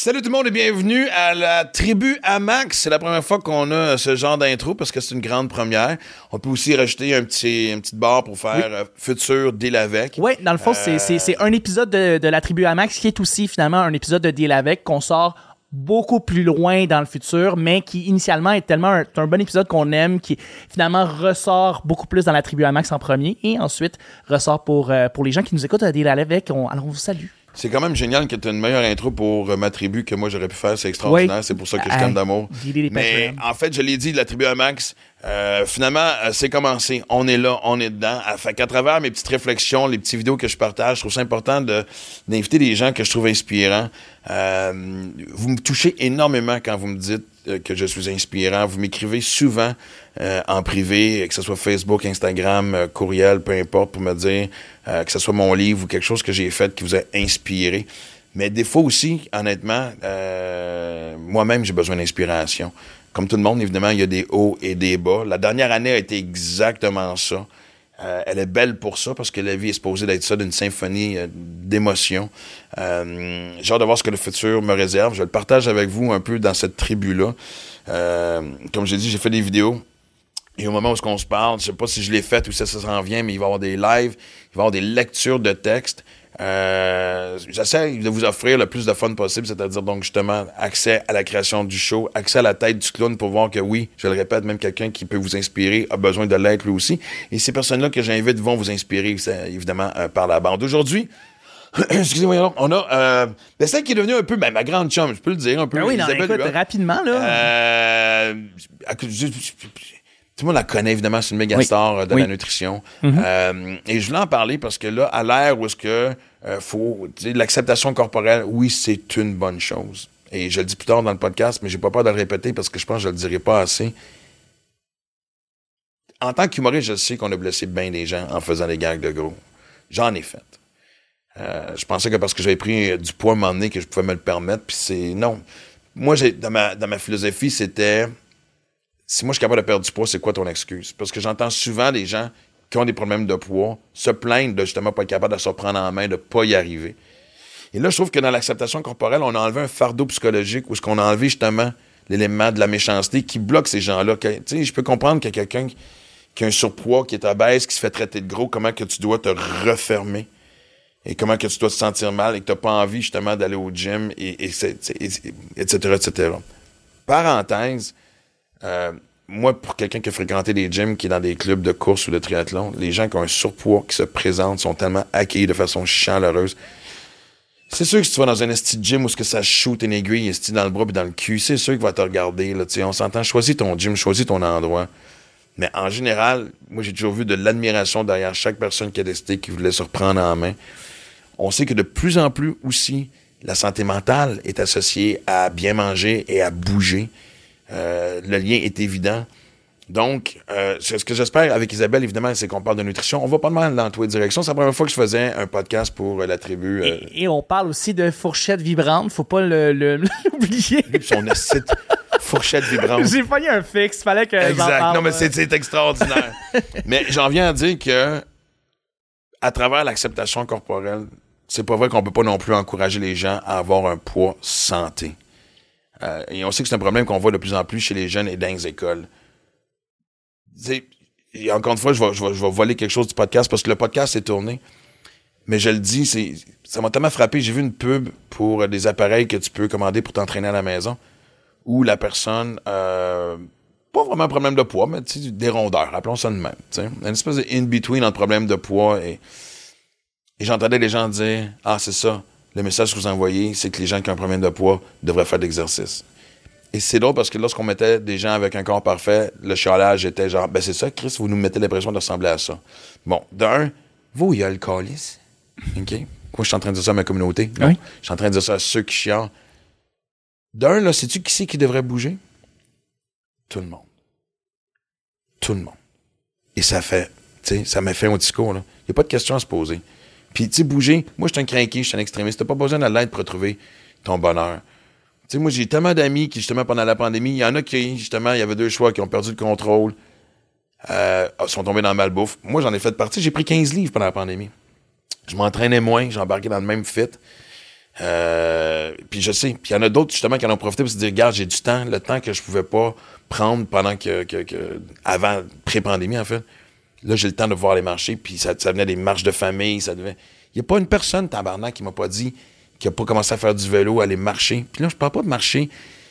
Salut tout le monde et bienvenue à la tribu à Max. C'est la première fois qu'on a ce genre d'intro parce que c'est une grande première. On peut aussi rajouter une petite barre pour faire futur deal avec. Oui, dans le fond, c'est un épisode de la tribu à Max qui est aussi finalement un épisode de deal avec qu'on sort beaucoup plus loin dans le futur, mais qui initialement est tellement un bon épisode qu'on aime, qui finalement ressort beaucoup plus dans la tribu à Max en premier et ensuite ressort pour les gens qui nous écoutent à deal avec. Alors on vous salue. C'est quand même génial que tu aies une meilleure intro pour ma tribu que moi j'aurais pu faire. C'est extraordinaire. Oui. C'est pour ça que je t'aime d'amour. Mais en fait, je l'ai dit, la tribu à Max, finalement, c'est commencé. On est là, on est dedans. Fait qu'à travers mes petites réflexions, les petites vidéos que je partage, je trouve ça important d'inviter des gens que je trouve inspirants. Vous me touchez énormément quand vous me dites que je suis inspirant. Vous m'écrivez souvent en privé, que ce soit Facebook, Instagram, courriel, peu importe, pour me dire que ce soit mon livre ou quelque chose que j'ai fait qui vous a inspiré. Mais des fois aussi, honnêtement, moi-même, j'ai besoin d'inspiration. Comme tout le monde, évidemment, il y a des hauts et des bas. La dernière année a été exactement ça. Elle est belle pour ça, parce que la vie est supposée d'être ça, d'une symphonie d'émotions. J'ai hâte de voir ce que le futur me réserve. Je le partage avec vous un peu dans cette tribu-là. Comme j'ai dit, j'ai fait des vidéos. Et au moment où on se parle, je sais pas si je l'ai fait ou si ça s'en vient, mais il va y avoir des lives, il va y avoir des lectures de textes. J'essaie de vous offrir le plus de fun possible, c'est-à-dire donc justement accès à la création du show, accès à la tête du clown pour voir que oui, je le répète, même quelqu'un qui peut vous inspirer a besoin de l'être lui aussi. Et ces personnes-là que j'invite vont vous inspirer, évidemment, par la bande. Aujourd'hui, excusez-moi, on a celle qui est devenue un peu ma grande chum, je peux le dire un peu. Oui, non, écoute, rapidement, là. Tout le monde la connaît, évidemment, c'est une méga star de la nutrition. Mm-hmm. Et je voulais en parler parce que là, à l'ère où est-ce que faut, tu sais, l'acceptation corporelle, oui, c'est une bonne chose. Et je le dis plus tard dans le podcast, mais j'ai pas peur de le répéter parce que je pense que je le dirai pas assez. En tant qu'humoriste, je sais qu'on a blessé bien des gens en faisant des gags de gros. J'en ai fait. Je pensais que parce que j'avais pris du poids à un moment donné que je pouvais me le permettre, puis c'est... Non. Moi, dans ma philosophie, c'était... Si moi, je suis capable de perdre du poids, c'est quoi ton excuse? Parce que j'entends souvent des gens qui ont des problèmes de poids se plaindre de justement pas être capable de se reprendre en main, de pas y arriver. Et là, je trouve que dans l'acceptation corporelle, on a enlevé un fardeau psychologique où est-ce qu'on a enlevé justement l'élément de la méchanceté qui bloque ces gens-là. Tu sais, je peux comprendre qu'il y a quelqu'un qui a un surpoids, qui est obèse, qui se fait traiter de gros, comment que tu dois te refermer et comment que tu dois te sentir mal et que tu n'as pas envie justement d'aller au gym, etc., etc. Parenthèse, moi, pour quelqu'un qui a fréquenté des gyms, qui est dans des clubs de course ou de triathlon, les gens qui ont un surpoids, qui se présentent, sont tellement accueillis de façon chaleureuse. C'est sûr que si tu vas dans un esti de gym où ça shoot une aiguille esti dans le bras et dans le cul, c'est sûr qu'il va te regarder. Là, on s'entend, choisis ton gym, choisis ton endroit. Mais en général, moi, j'ai toujours vu de l'admiration derrière chaque personne qui a décidé, qui voulait se reprendre en main. On sait que de plus en plus aussi, la santé mentale est associée à bien manger et à bouger. Le lien est évident. Donc, ce que j'espère avec Isabelle, évidemment, c'est qu'on parle de nutrition. On va pas mal dans toutes les directions. C'est la première fois que je faisais un podcast pour la tribu. Et on parle aussi de fourchette vibrante. Faut pas l'oublier. Son acide fourchette vibrante. J'ai failli un fixe. Fallait que j'en parle. Non, mais c'est extraordinaire. Mais j'en viens à dire que à travers l'acceptation corporelle, c'est pas vrai qu'on peut pas non plus encourager les gens à avoir un poids santé. Et on sait que c'est un problème qu'on voit de plus en plus chez les jeunes et dans les écoles. Et encore une fois, je vais voler quelque chose du podcast parce que le podcast est tourné. Mais je le dis, ça m'a tellement frappé. J'ai vu une pub pour des appareils que tu peux commander pour t'entraîner à la maison où la personne, pas vraiment un problème de poids, mais des rondeurs, appelons ça de même. T'sais. Une espèce de in-between entre problème de poids et j'entendais les gens dire « Ah, c'est ça. Le message que vous envoyez, c'est que les gens qui ont un problème de poids devraient faire de l'exercice. » Et c'est drôle parce que lorsqu'on mettait des gens avec un corps parfait, le chialage était genre, ben c'est ça, Chris, vous nous mettez l'impression de ressembler à ça. Bon, d'un, vous, il y a le calice. OK? Moi, je suis en train de dire ça à ma communauté. Non, oui. Je suis en train de dire ça à ceux qui chialent. D'un, là, sais-tu qui c'est qui devrait bouger? Tout le monde. Tout le monde. Et ça fait, tu sais, ça m'a fait un discours, là. Il n'y a pas de question à se poser. Puis, tu sais, bouger, moi, je suis un crinqué, je suis un extrémiste. T'as pas besoin de l'aide pour retrouver ton bonheur. Tu sais, moi, j'ai tellement d'amis qui, justement, pendant la pandémie, il y en a qui, justement, il y avait deux choix, qui ont perdu le contrôle, sont tombés dans le malbouffe. Moi, j'en ai fait partie. J'ai pris 15 livres pendant la pandémie. Je m'entraînais moins, j'embarquais dans le même fit. Puis je sais. Puis il y en a d'autres, justement, qui en ont profité pour se dire, regarde, j'ai du temps, le temps que je pouvais pas prendre pendant avant, pré-pandémie, en fait. Là, j'ai le temps de voir les marchés, puis ça venait des marches de famille, ça devait... Il n'y a pas une personne, tabarnak, qui m'a pas dit qu'il n'a pas commencé à faire du vélo, aller marcher. Puis là, je parle pas de marcher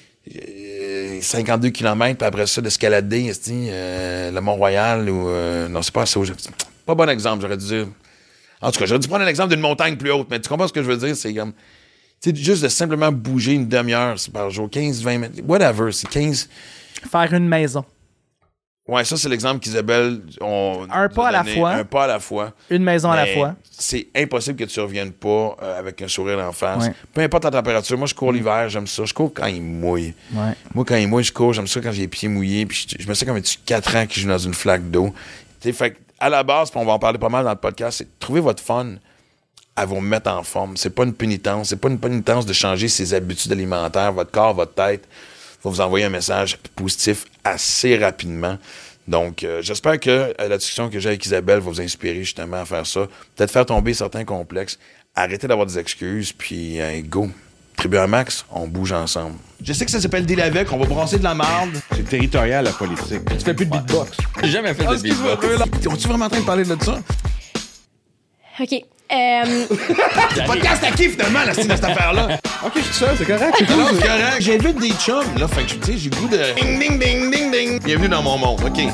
52 km, puis après ça, d'escalader, le Mont-Royal, ou... non, c'est pas assez... Pas bon exemple, j'aurais dû dire... En tout cas, j'aurais dû prendre un exemple d'une montagne plus haute, mais tu comprends ce que je veux dire? C'est comme... Tu sais, juste de simplement bouger une demi-heure par jour, 15-20 minutes, whatever, c'est 15... Faire une maison. Ouais, ça, c'est l'exemple qu'Isabelle... Un pas à la fois. Un pas à la fois. Une maison à la fois. C'est impossible que tu ne reviennes pas avec un sourire en face. Ouais. Peu importe la température. Moi, je cours l'hiver, j'aime ça. Je cours quand il mouille. Ouais. Moi, quand il mouille, je cours. J'aime ça quand j'ai les pieds mouillés. Puis je me sens comme 4 ans que je suis dans une flaque d'eau. Fait à la base, puis on va en parler pas mal dans le podcast, c'est trouver votre fun à vous mettre en forme. C'est pas une pénitence. C'est pas une pénitence de changer ses habitudes alimentaires. Votre corps, votre tête va vous envoyer un message positif assez rapidement. Donc, j'espère que la discussion que j'ai avec Isabelle va vous inspirer justement à faire ça. Peut-être faire tomber certains complexes. Arrêtez d'avoir des excuses, puis go. Tribu à Max, on bouge ensemble. Je sais que ça s'appelle Deal avec, on va brasser de la marde. C'est territorial, la politique. Tu fais plus de beatbox. J'ai jamais fait de beatbox. On-tu vraiment en train de parler de ça? OK. Le podcast à qui, finalement, de cette affaire-là? OK, je suis seul, c'est correct. Alors, c'est correct. J'invite des chums, là. Fait que, tu sais, j'ai le goût de... Ding, ding, ding, ding, ding. Bienvenue dans mon monde. OK.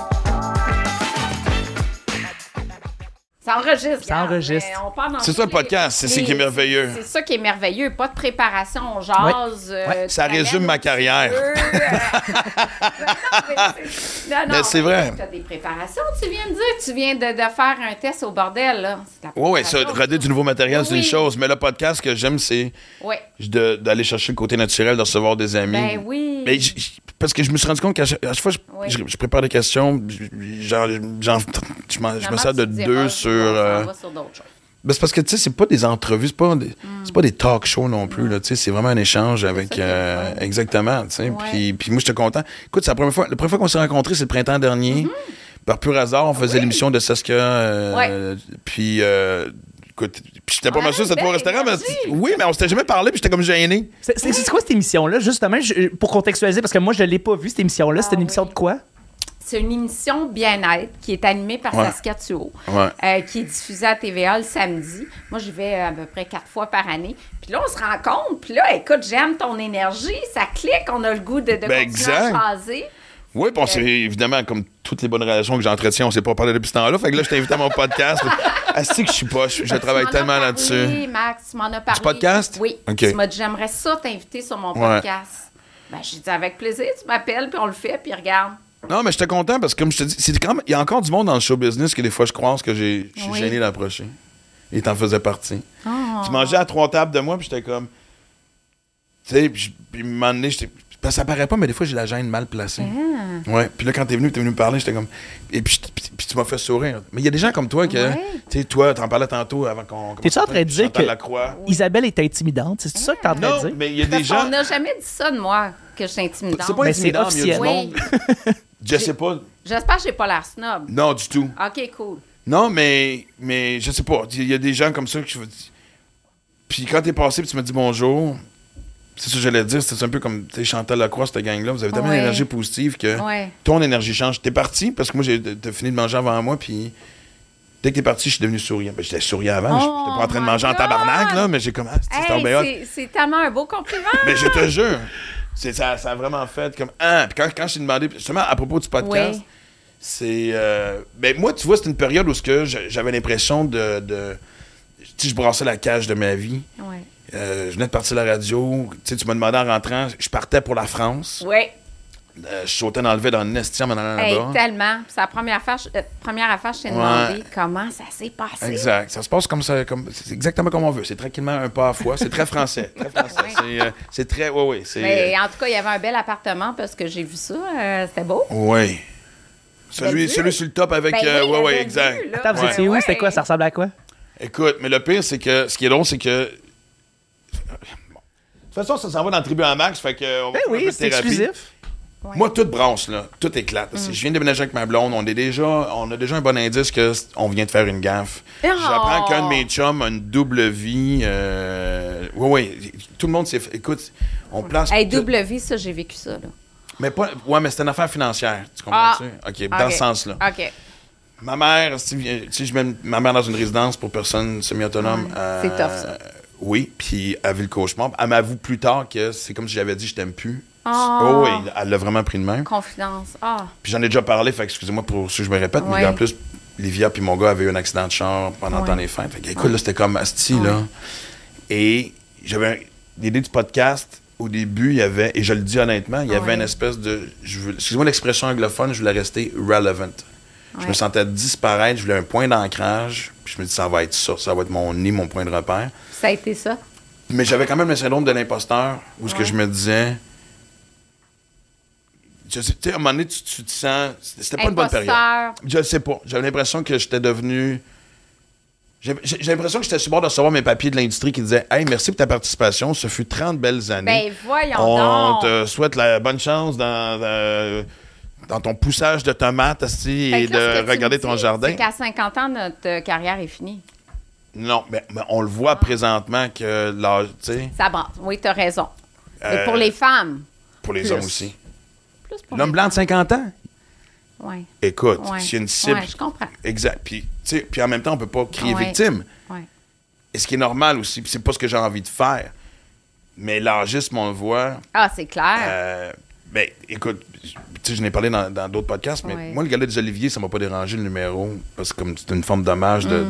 Ça enregistre. Ça enregistre. On part dans C'est ça le podcast, c'est ça qui est merveilleux. C'est ça qui est merveilleux. Pas de préparation, on jase. Ça résume ma carrière. Non, c'est vrai. Tu as des préparations, tu viens de dire. Tu viens de faire un test au bordel, là. Oui, ça, roder du nouveau matériel, c'est Oui. une chose. Mais le podcast, ce que j'aime, c'est Ouais. d'aller chercher le côté naturel, de recevoir des amis. Ben oui. Mais parce que je me suis rendu compte qu'à chaque fois, je prépare des questions, je me sers de deux sur... On va sur d'autres choses. Ben, c'est parce que, tu sais, c'est pas des entrevues, c'est pas des talk shows non plus, là, tu sais, c'est vraiment un échange avec... exactement, tu sais, Ouais. puis moi, j'étais content. Écoute, c'est la première fois qu'on s'est rencontrés, c'est le printemps dernier. Par pur hasard, on faisait l'émission de Saskia, puis... écoute, puis j'étais pas mal sûr que c'était trois restaurants, mais... Oui, mais on s'était jamais parlé, puis j'étais comme gêné. C'est quoi cette émission-là, justement, pour contextualiser, parce que moi, je l'ai pas vue, cette émission-là. C'était une émission de quoi? C'est une émission bien-être qui est animée par Saskia Thuot, qui est diffusée à TVA le samedi. Moi, j'y vais à peu près 4 fois par année. Puis là, on se rencontre. Puis là, écoute, j'aime ton énergie. Ça clique. On a le goût de continuer à jaser. Oui, puis on s'est évidemment, comme toutes les bonnes relations que j'entretiens, on s'est pas parlé depuis ce temps-là. Fait que là, je t'ai invité à mon podcast. Asti que je suis pas, je travaille tellement là-dessus. Oui, Max, tu m'en as parlé. Du podcast? Oui. OK. Tu m'as dit, j'aimerais ça t'inviter sur mon podcast. Ben, j'ai dit, avec plaisir, tu m'appelles, puis on le fait, puis regarde. Non, mais j'étais content parce que, comme je te dis, il y a encore du monde dans le show business que des fois je croise que je suis gêné d'approcher. Et t'en faisais partie. Oh. Tu mangeais à 3 tables de moi, puis j'étais comme. Tu sais, puis un moment donné, ça paraît pas, mais des fois j'ai la gêne mal placée. Ouais. Puis là, quand t'es venu me parler, j'étais comme. Et puis tu m'as fait sourire. Mais il y a des gens comme toi que. Tu sais, toi, t'en parlais tantôt avant qu'on. T'es-tu en train de dire que Isabelle est intimidante? C'est ça que t'es en train de dire? Non, mais il y a des gens. On n'a jamais dit ça de moi, que je suis intimidante. C'est pas intimidant, mais il y a du monde. Je sais pas. J'espère que j'ai pas l'air snob. Non, du tout. OK, cool. Non, mais je sais pas. Il y a des gens comme ça que je veux dire. Puis quand t'es passé, puis tu m'as dit bonjour, c'est ça que j'allais te dire. C'est un peu comme Chantal Lacroix, cette gang-là. Vous avez tellement d'énergie positive que ton énergie change. T'es parti, parce que moi, t'as fini de manger avant moi, puis dès que t'es parti, je suis devenu souriant. Ben, j'étais souriant avant. J'étais pas en train de manger en tabarnak, là, mais j'ai comme. C'est tellement un beau compliment. Mais je te jure. Ça a vraiment fait comme. Puis quand je t'ai demandé, justement, à propos du podcast, c'est. Ben, moi, tu vois, c'est une période où j'avais l'impression de je brassais la cage de ma vie. Ouais. Je venais de partir de la radio. Tu m'as demandé en rentrant, je partais pour la France. Oui. Je sautais dans le vide en esti en m'en allant là-bas. Tellement. C'est la première affaire, je t'ai demandé comment ça s'est passé. Exact. Ça se passe comme ça. C'est exactement comme on veut. C'est tranquillement un pas à fois. C'est très français. Très français. C'est très. Oui. Mais en tout cas, il y avait un bel appartement parce que j'ai vu ça. C'était beau. Oui. Celui sur le top avec. Oui, exact. Attends, vous étiez où? C'était quoi? Ça ressemble à quoi? Écoute, mais le pire, c'est que ce qui est drôle, c'est que. De toute façon, ça s'en va dans le Tribu à Max, fait que. Oui, c'est exclusif. Ouais. Moi, tout brasse, là. Tout éclate. Je viens de déménager avec ma blonde. On a déjà un bon indice qu'on vient de faire une gaffe. Oh! J'apprends qu'un de mes chums a une double vie. Oui. Tout le monde s'est fait. Écoute, on place. Hey, double vie, ça, j'ai vécu ça, là. Mais pas. Ouais, mais c'est une affaire financière. Tu comprends-tu? OK, dans ce sens-là. OK. Ma mère, si je mets ma mère dans une résidence pour personnes semi-autonomes. C'est tough, ça. Oui, puis elle a vu le cauchemar. Elle m'avoue plus tard que c'est comme si j'avais dit je t'aime plus. Oh, oui, elle l'a vraiment pris de même. Confidence. Puis j'en ai déjà parlé, fait que excusez-moi pour si je me répète, mais en plus, Livia puis mon gars avaient eu un accident de char pendant le temps des fêtes. Fait que, écoute, là, c'était comme asti, là. Et j'avais l'idée du podcast. Au début, il y avait, et je le dis honnêtement, il y avait une espèce de... excusez-moi l'expression anglophone, je voulais rester relevant. Je me sentais disparaître, je voulais un point d'ancrage. Puis je me dis, ça va être ça va être mon nid, mon point de repère. Ça a été ça? Mais j'avais quand même le syndrome de l'imposteur, où ce que je me disais... Tu sais, à un moment donné, tu te sens... C'était pas une bonne période. Je le sais pas. J'avais l'impression que j'étais devenu... J'ai l'impression que j'étais sur le bord de recevoir mes papiers de l'industrie qui disaient « Hey, merci pour ta participation. Ce fut 30 belles années. Ben, voyons On donc. te souhaite la bonne chance dans ton poussage de tomates et de regarder ton jardin. » C'est qu'à 50 ans, notre carrière est finie. Non, mais on le voit présentement que l'âge, tu sais... Ça brasse. Oui, t'as raison. Et pour les femmes. Pour les plus. hommes aussi. Plus pour L'homme les blanc de 50 ans? Oui. Écoute, s'il y a une cible... Oui, je comprends. Exact. Puis en même temps, on peut pas crier victime. Oui. Et ce qui est normal aussi, puis c'est pas ce que j'ai envie de faire. Mais l'âgisme, on le voit... Ah, c'est clair. Ben, écoute, tu sais, je n'ai parlé dans d'autres podcasts, mais moi, le gala des Oliviers, ça m'a pas dérangé le numéro, parce que comme c'est une forme d'hommage de...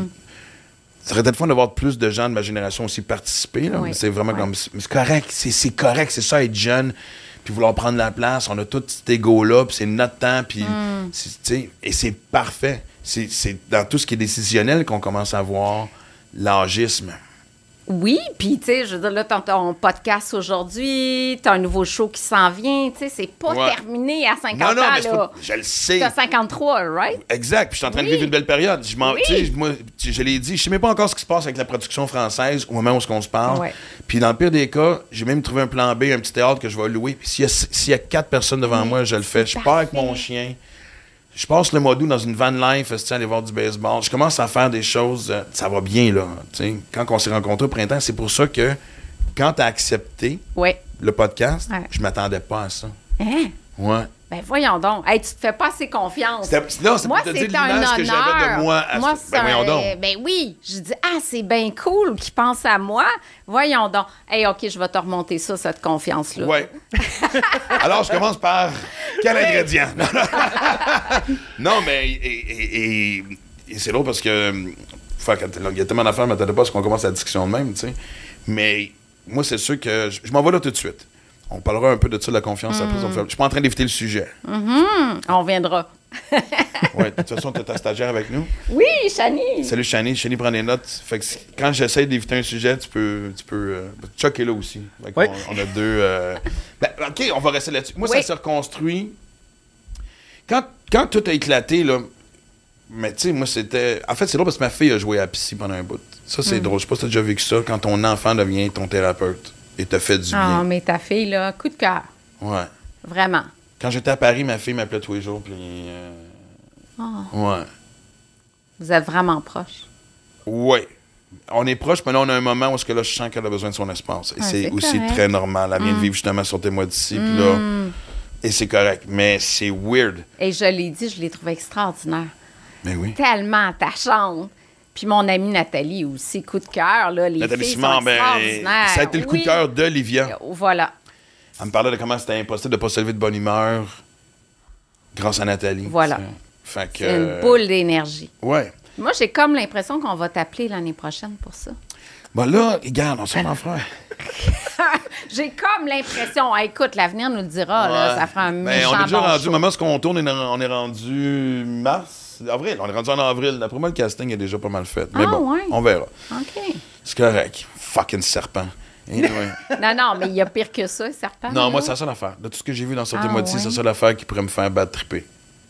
Ça serait peut-être fun de voir plus de gens de ma génération aussi participer, là. Mais c'est vraiment comme... Mais c'est correct, c'est correct, c'est ça, être jeune, puis vouloir prendre la place. On a tout cet égo-là, puis c'est notre temps, puis... tu sais, et c'est parfait. C'est dans tout ce qui est décisionnel qu'on commence à voir l'âgisme. Oui, puis tu sais, je veux dire, là, t'as ton podcast aujourd'hui, t'as un nouveau show qui s'en vient, tu sais, c'est pas terminé à 50 ans, mais là. je le sais. T'as 53, right? Exact, puis je suis en train de vivre une belle période. Tu sais, moi, je l'ai dit, je sais même pas encore ce qui se passe avec la production française au moment où on se parle. Ouais. Puis dans le pire des cas, j'ai même trouvé un plan B, un petit théâtre que je vais louer. Puis s'il y a 4 personnes devant moi, je le fais. Je pars avec mon chien. Je passe le mois d'août dans une van life, aller voir du baseball. Je commence à faire des choses, ça va bien, là. T'sais. Quand on s'est rencontrés au printemps, c'est pour ça que quand tu as accepté le podcast, je m'attendais pas à ça. Hein? Ouais. Ben voyons donc. Hey, tu te fais pas assez confiance. Moi, c'était un honneur. Que j'avais de moi. Voyons donc. Ben oui. Je dis, c'est bien cool qu'il pense à moi. Voyons donc. Hey, OK, je vais te remonter ça, cette confiance-là. Oui. Alors, je commence par quel ingrédient? Non, mais et c'est drôle parce que il y a tellement d'affaires, mais t'attends pas à ce qu'on commence la discussion de même, tu sais. Mais moi, c'est sûr que je m'en vais là tout de suite. On parlera un peu de ça, de la confiance après. Je suis pas en train d'éviter le sujet. On reviendra. Oui, de toute façon, tu as ta stagiaire avec nous. Oui, Chani. Salut, Chani. Chani prend des notes. Fait que quand j'essaie d'éviter un sujet, tu peux Chuck est là aussi. On a deux... OK, on va rester là-dessus. Moi, ça se reconstruit. Quand tout a éclaté, là... Mais tu sais, moi, c'était... En fait, c'est drôle parce que ma fille a joué à Psy pendant un bout. Ça, c'est drôle. Je sais pas si tu as déjà vécu ça, quand ton enfant devient ton thérapeute. Et te fait du bien. Ah, mais ta fille, là, coup de cœur. Ouais. Vraiment. Quand j'étais à Paris, ma fille m'appelait tous les jours, puis... Ouais. Vous êtes vraiment proches. Ouais. On est proches, mais là, on a un moment où je sens qu'elle a besoin de son espace. Et c'est aussi correct. Très normal. Elle vient de vivre justement sur tes mois d'ici, puis là... Et c'est correct. Mais c'est weird. Et je l'ai dit, je l'ai trouvé extraordinaire. Mais oui. Tellement attachante. Puis mon amie Nathalie aussi, coup de cœur, là, les Nathalie filles Simard, sont extraordinaires. Ça a été le coup de cœur de Livia. Voilà. Elle me parlait de comment c'était impossible de ne pas se lever de bonne humeur grâce à Nathalie. Voilà. Fait que, c'est une boule d'énergie. Ouais. Moi, j'ai comme l'impression qu'on va t'appeler l'année prochaine pour ça. Bon, là, regarde, on s'en en frère. J'ai comme l'impression... écoute, l'avenir nous le dira, là, ça fera un méchant on est déjà rendu, show. au moment où on tourne, on est rendu mars. Avril, on est rendu en avril. D'après moi, le casting est déjà pas mal fait. Mais on verra. OK. C'est correct. Fucking serpent. Anyway. non, mais il y a pire que ça, serpent. Non, moi, c'est la seule affaire. De tout ce que j'ai vu dans Sortez-moi d'ici, c'est la seule affaire qui pourrait me faire bad tripper.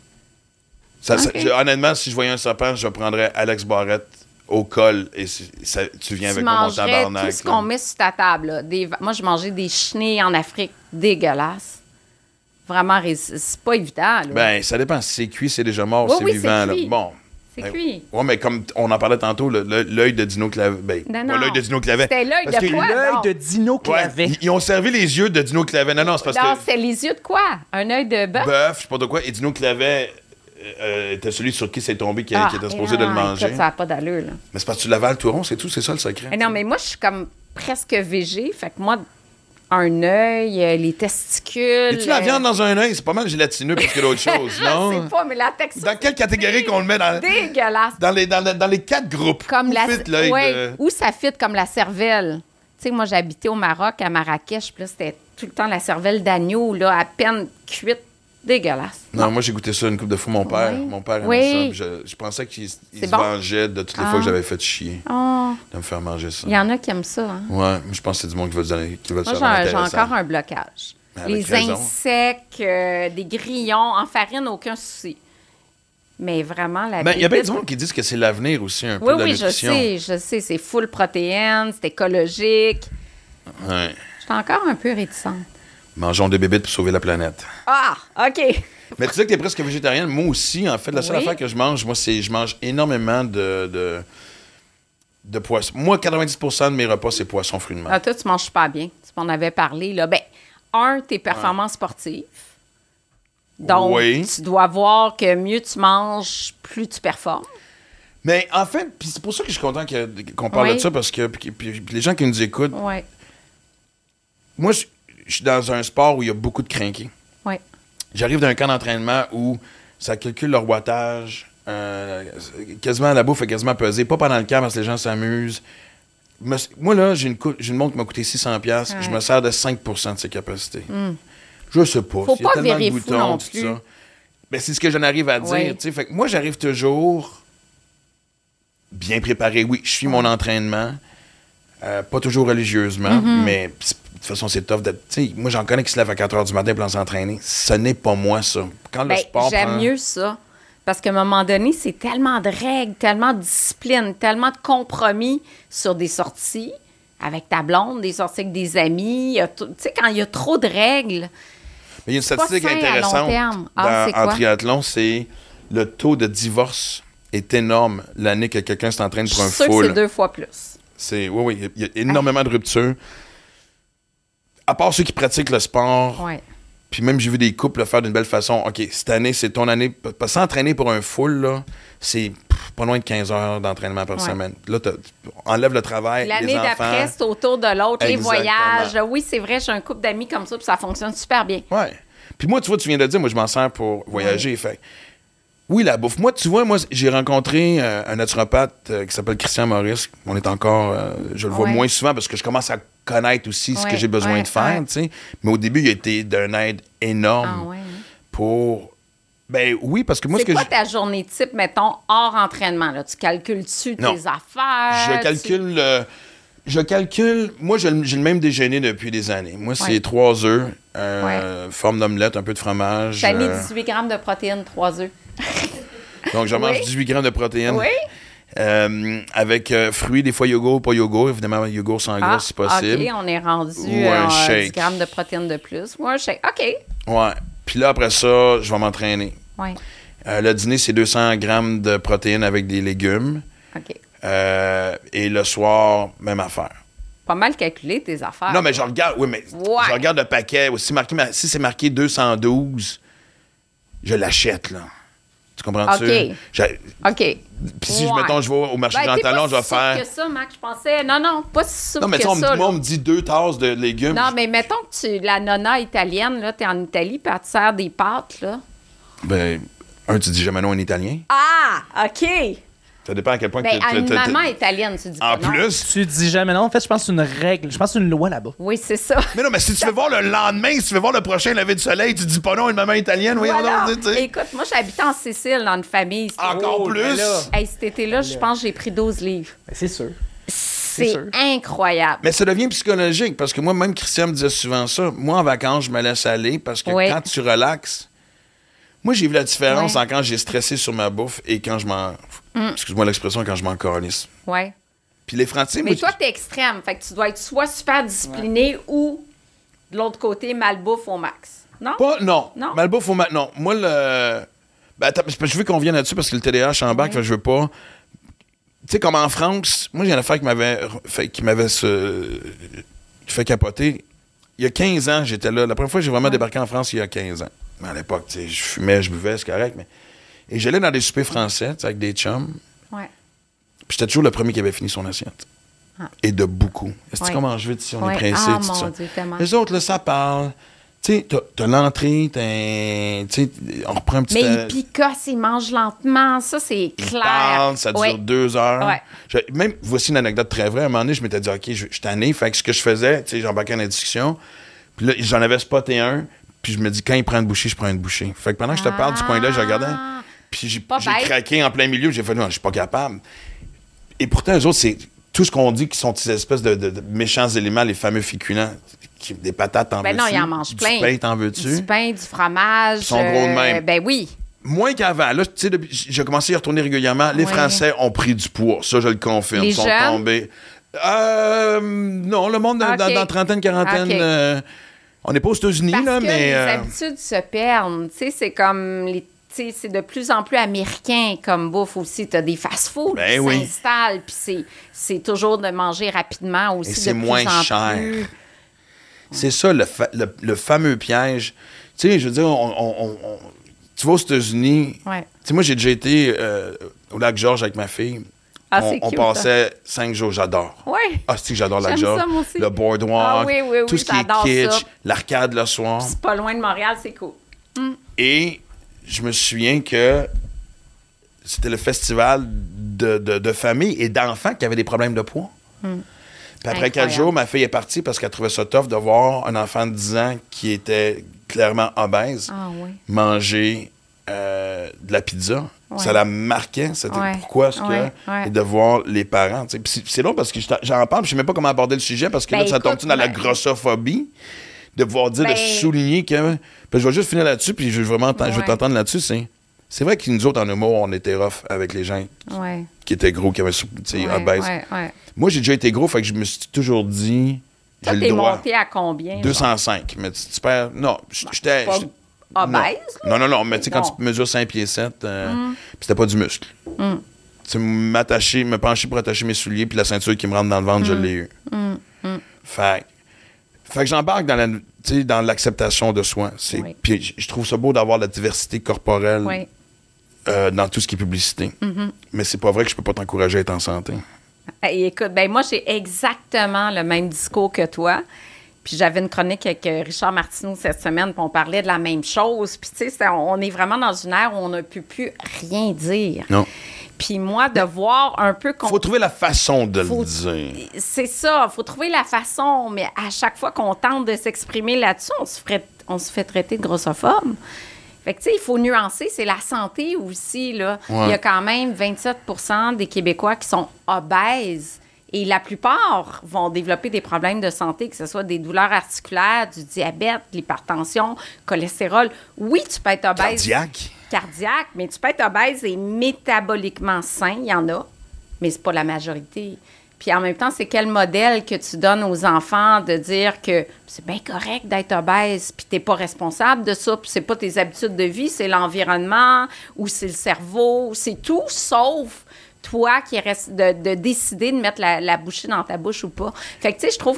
Honnêtement, si je voyais un serpent, je prendrais Alex Barrette au col et tu viens avec moi, mon tabarnak. Tout ce qu'on met sur ta table. Là. Moi, j'ai mangé des chenilles en Afrique dégueulasses. vraiment, c'est pas évident. Là. Ben, ça dépend. Si c'est cuit, c'est déjà mort, Oui, c'est oui, vivant. c'est cuit. Là. Bon. C'est Ben, cuit. Oui, mais comme on en parlait tantôt, l'œil de Dino Clavet. Ben, Non, pas l'œil de Dino Clavet. C'était l'œil Parce de que quoi? L'œil non? de Dino Ouais, Clavet. ils ont servi les yeux de Dino Clavet. Non, c'est parce Non, que c'est les yeux de quoi? Un œil de bœuf? bœuf, je sais pas de quoi, et Dino Clavet était celui sur qui c'est tombé qui était supposé de le manger. Écoute, ça n'a pas d'allure, là. Mais c'est parce que tu l'avales tout rond, c'est tout, c'est ça le secret. Mais non, mais moi, je suis comme presque végé. Fait que moi, un œil, les testicules... Et tu la viande dans un œil, c'est pas mal gélatineux plus que d'autres choses, non? C'est pas, mais la texture... Dans quelle catégorie qu'on le met dans dégueulasse. dans les 4 groupes? Comme Où la... fit l'œil ouais, de- où ça fit comme la cervelle. Tu sais, moi, j'habitais au Maroc, à Marrakech, puis là, c'était tout le temps la cervelle d'agneau, là, à peine cuite. Dégueulasse. Non, moi j'ai goûté ça une couple de fois. Mon père aimait Oui. ça. puis je pensais qu'il se bon? vengeait de toutes les fois que j'avais fait chier Oh, de me faire manger ça. il y en a qui aiment ça, hein? Ouais, mais je pense que c'est du monde qui va se donner, qui va se Moi, faire j'ai intéressant. encore un blocage. Avec Les raison. insectes, des grillons, en farine, aucun souci. Mais vraiment, la Ben, il y a bien bébite- du monde qui disent que c'est l'avenir aussi, un peu, Oui, de la oui, je nutrition. sais. C'est full protéines, c'est écologique. Ouais. Je suis encore un peu réticente. Mangeons des bébites pour sauver la planète. Ah, OK. Mais tu sais que t'es presque végétarienne. Moi aussi, en fait, la seule Oui. affaire que je mange, moi, c'est je mange énormément de poissons. Moi, 90% de mes repas, c'est poisson, fruits de mer. Ah, toi, tu manges super bien. Tu m'en avais parlé, là. Ben, tes performances sportives. Donc, Oui. tu dois voir que mieux tu manges, plus tu performes. Mais en fait, puis c'est pour ça que je suis content qu'on parle Oui. de ça, parce que puis les gens qui nous écoutent, Oui. moi, je suis dans un sport où il y a beaucoup de crinqués. Oui. J'arrive d'un camp d'entraînement où ça calcule leur wattage, quasiment la bouffe est quasiment pesée. Pas pendant le camp parce que les gens s'amusent. Moi, là, j'ai une montre qui m'a coûté 600$. Je me sers de 5% de ses capacités. Je sais pas. Faut Il y a pas tellement de virer fou boutons, non tout plus. ça. Ben, c'est ce que j'en arrive à dire. Oui. tu sais. Fait que moi, j'arrive toujours bien préparé. Oui, je suis mon entraînement. Pas toujours religieusement, mais de toute façon, c'est tough. Moi, j'en connais qui se lèvent à 4 h du matin pour s'entraîner. Ce n'est pas moi, ça. Quand le Ben, sport j'aime prend- mieux ça. Parce qu'à un moment donné, c'est tellement de règles, tellement de discipline, tellement de compromis sur des sorties avec ta blonde, des sorties avec des amis. Tu sais, quand il y a trop de règles, Mais il y a une statistique pas sain à long intéressante terme. Ah, c'est en quoi? triathlon, c'est le taux de divorce est énorme l'année que quelqu'un s'entraîne je pour un suis sûre que c'est full. 2 fois plus. Oui, il y a énormément de ruptures. À part ceux qui pratiquent le sport, Oui. puis même j'ai vu des couples le faire d'une belle façon. OK, cette année, c'est ton année. S'entraîner pour un full, là, c'est pas loin de 15 heures d'entraînement par Ouais. semaine. Là, enlève le travail, L'année les enfants. d'après, c'est autour de l'autre, les Exactement. voyages. Oui, c'est vrai, j'ai un couple d'amis comme ça, puis ça fonctionne super bien. Ouais. Puis moi, tu vois, tu viens de dire, moi, je m'en sers pour voyager. Fait oui, la bouffe. Moi, tu vois, j'ai rencontré un naturopathe qui s'appelle Christian Maurice. On est encore... je le vois Ouais. moins souvent parce que je commence à connaître aussi ce que Ouais, j'ai besoin ouais, de faire, ouais. tu sais. Mais au début, il a été d'un aide énorme Ah ouais, hein? pour... Ben oui, parce que moi, C'est ce que quoi ta journée type, mettons, hors entraînement? Là? Tu calcules-tu tes Non. affaires? Je calcule... Moi, j'ai le même déjeuner depuis des années. Moi, c'est Ouais. 3 œufs, forme d'omelette, un peu de fromage. T'as mis 18 grammes de protéines, 3 œufs. Donc, je mange Oui. 18 grammes de protéines. Oui? Avec fruits, des fois yogourt, pas yogourt. Évidemment, yogourt sans gras si possible. OK, on est rendu Ou un 10 shake. grammes de protéines de plus. Ou un shake. OK. Ouais. Puis là, après ça, je vais m'entraîner. Oui. Le dîner, c'est 200 grammes de protéines avec des légumes. OK. Et le soir, même affaire. Pas mal calculé tes affaires. Non, mais je regarde, oui, mais Ouais. je regarde le paquet. Si c'est marqué 212, je l'achète, là. Tu comprends-tu? OK. OK. Puis si, Ouais. mettons, je vais au marché Ben, Jean t'es pas Talon, je vais si sûr faire... que ça, Mac. Je pensais... Non, pas si sûr Non, mais que tu sais, ça. moi, là. on me dit 2 tasses de légumes. Non, mais mettons que la nonna italienne, là, t'es en Italie, puis elle te sert des pâtes, là. Ben, tu dis jamais non en italien. Ah! OK! Ça dépend à quel point Ben, à une t'as- maman italienne, tu dis En pas non. plus... Tu dis jamais non. En fait, je pense que c'est une règle. Je pense que c'est une loi là-bas. Oui, c'est ça. Mais non, mais si tu veux voir le lendemain, si tu veux voir le prochain lever du soleil, tu dis pas non à une maman italienne, voyons Voilà. donc, tu sais. Écoute, moi, j'habitais en Sicile, dans une famille. Encore plus. ben là. Hey, cet été-là, je pense que j'ai pris 12 livres. Ben, c'est sûr. C'est sûr. incroyable. Mais ça devient psychologique, parce que moi, même Christian me disait souvent ça. Moi, en vacances, je me laisse aller, parce que Oui. quand tu relaxes... Moi, j'ai vu la différence Ouais. en quand j'ai stressé sur ma bouffe et quand je m'en... Excuse-moi l'expression, quand je m'en calisse. Ouais. Puis les Français... Mais moi, toi, t'es extrême. Fait que tu dois être soit super discipliné ou de l'autre côté, malbouffe au max. Non? Non. Non? Malbouffe au max, non. Moi, le... Ben, attends, je veux qu'on vienne là-dessus parce que le TDAH embarque, fait que je veux pas... Tu sais, comme en France, moi, j'ai une affaire qui m'avait fait capoter. Il y a 15 ans, j'étais là. La première fois que j'ai vraiment débarqué en France, il y a 15 ans. Mais à l'époque, tu sais, je fumais, je buvais, c'est correct. Et j'allais dans des soupers français, tu sais, avec des chums. Ouais. Puis j'étais toujours le premier qui avait fini son assiette. Ah. Et de beaucoup. Est-ce que tu commences vite si on est pressé? Ah, tout mon ça. Dieu, tellement. Les autres, là, ça parle. Tu sais, t'as l'entrée, tu sais, on reprend un petit... Mais il picosse, il mange lentement. Ça, c'est clair. Parle, ça dure 2 heures. Ouais. Même, voici une anecdote très vraie. À un moment donné, je m'étais dit, OK, je suis tanné. Fait que ce que je faisais, tu sais, j'embarquais dans la discussion. Puis là, j'en avais spoté un. Puis je me dis, quand il prend une bouchée, je prends une bouchée. Fait que pendant que je te parle du coin-là, je regardais. Puis j'ai craqué en plein milieu. J'ai fait, non, je suis pas capable. Et pourtant, eux autres, c'est tout ce qu'on dit qui sont ces espèces de méchants éléments, les fameux féculents. Des patates, t'en veux-tu? Ben non, il en mange plein. Du pain, t'en veux-tu? Du pain, du fromage. Ils sont gros de même. Ben oui. Moins qu'avant. Là, tu sais, j'ai commencé à y retourner régulièrement. Les Français ont pris du poids. Ça, je le confirme. Les Ils sont jeunes? tombés. Non, le monde dans trentaine, quarantaine, on n'est pas aux États-Unis, Parce là, que mais... les habitudes se perdent. Tu sais, c'est comme... c'est de plus en plus américain comme bouffe aussi. Tu as des fast-foods qui s'installent, puis c'est toujours de manger rapidement aussi. Et c'est de plus moins en cher. plus. C'est ça, le fameux piège. Tu sais, je veux dire, tu vas aux États-Unis. Ouais. Tu sais, moi, j'ai déjà été au lac George avec ma fille. Ah, c'est on cute, passait 5 jours, j'adore. Ouais. Ah, c'est que j'adore lac J'aime George. ça, moi aussi. Le boardwalk, Ah oui, tout ce qui est j'adore kitsch, ça. l'arcade le soir. C'est pas loin de Montréal, c'est cool. Et je me souviens que c'était le festival de famille et d'enfants qui avaient des problèmes de poids. Puis après 4 jours, ma fille est partie parce qu'elle trouvait ça tough de voir un enfant de 10 ans qui était clairement obèse manger de la pizza. Ouais. Ça la marquait. C'était pourquoi est-ce que... Et de voir les parents. Puis c'est long parce que j'en parle, je sais même pas comment aborder le sujet parce que là, ça tombe dans la grossophobie. De pouvoir dire, de souligner que... Puis je vais juste finir là-dessus, puis je vais t'entendre là-dessus. C'est vrai que nous autres, en humour, on était rough avec les gens qui étaient gros, qui avaient, obèses. Moi, j'ai déjà été gros, fait que je me suis toujours dit... Toi, t'es monté à combien? 205. Mais tu perds... Non, j'étais... Obèse? Non, mais tu sais, quand tu mesures 5 pieds 7, puis c'était pas du muscle. Tu me pencher pour attacher mes souliers, puis la ceinture qui me rentre dans le ventre, je l'ai eu. Fait que j'embarque dans l'acceptation de soi. Puis je trouve ça beau d'avoir la diversité corporelle dans tout ce qui est publicité. Mais c'est pas vrai que je peux pas t'encourager à être en santé. Hey, écoute, moi, j'ai exactement le même discours que toi. Puis j'avais une chronique avec Richard Martineau cette semaine, puis on parlait de la même chose. Puis tu sais, on est vraiment dans une ère où on ne peut plus rien dire. Non. Puis moi, de voir un peu... Faut trouver la façon de le dire. C'est ça, faut trouver la façon. Mais à chaque fois qu'on tente de s'exprimer là-dessus, on se fait traiter de grossophobe. Fait que, tu sais, il faut nuancer. C'est la santé aussi, là. Ouais. Il y a quand même 27 % des Québécois qui sont obèses. Et la plupart vont développer des problèmes de santé, que ce soit des douleurs articulaires, du diabète, l'hypertension, cholestérol. Oui, tu peux être obèse. Cardiaque, mais tu peux être obèse et métaboliquement sain, il y en a, mais c'est pas la majorité. Puis en même temps, c'est quel modèle que tu donnes aux enfants de dire que c'est bien correct d'être obèse, puis t'es pas responsable de ça, puis c'est pas tes habitudes de vie, c'est l'environnement, ou c'est le cerveau, c'est tout, sauf toi qui reste de décider de mettre la bouchée dans ta bouche ou pas. Fait que, tu sais, je trouve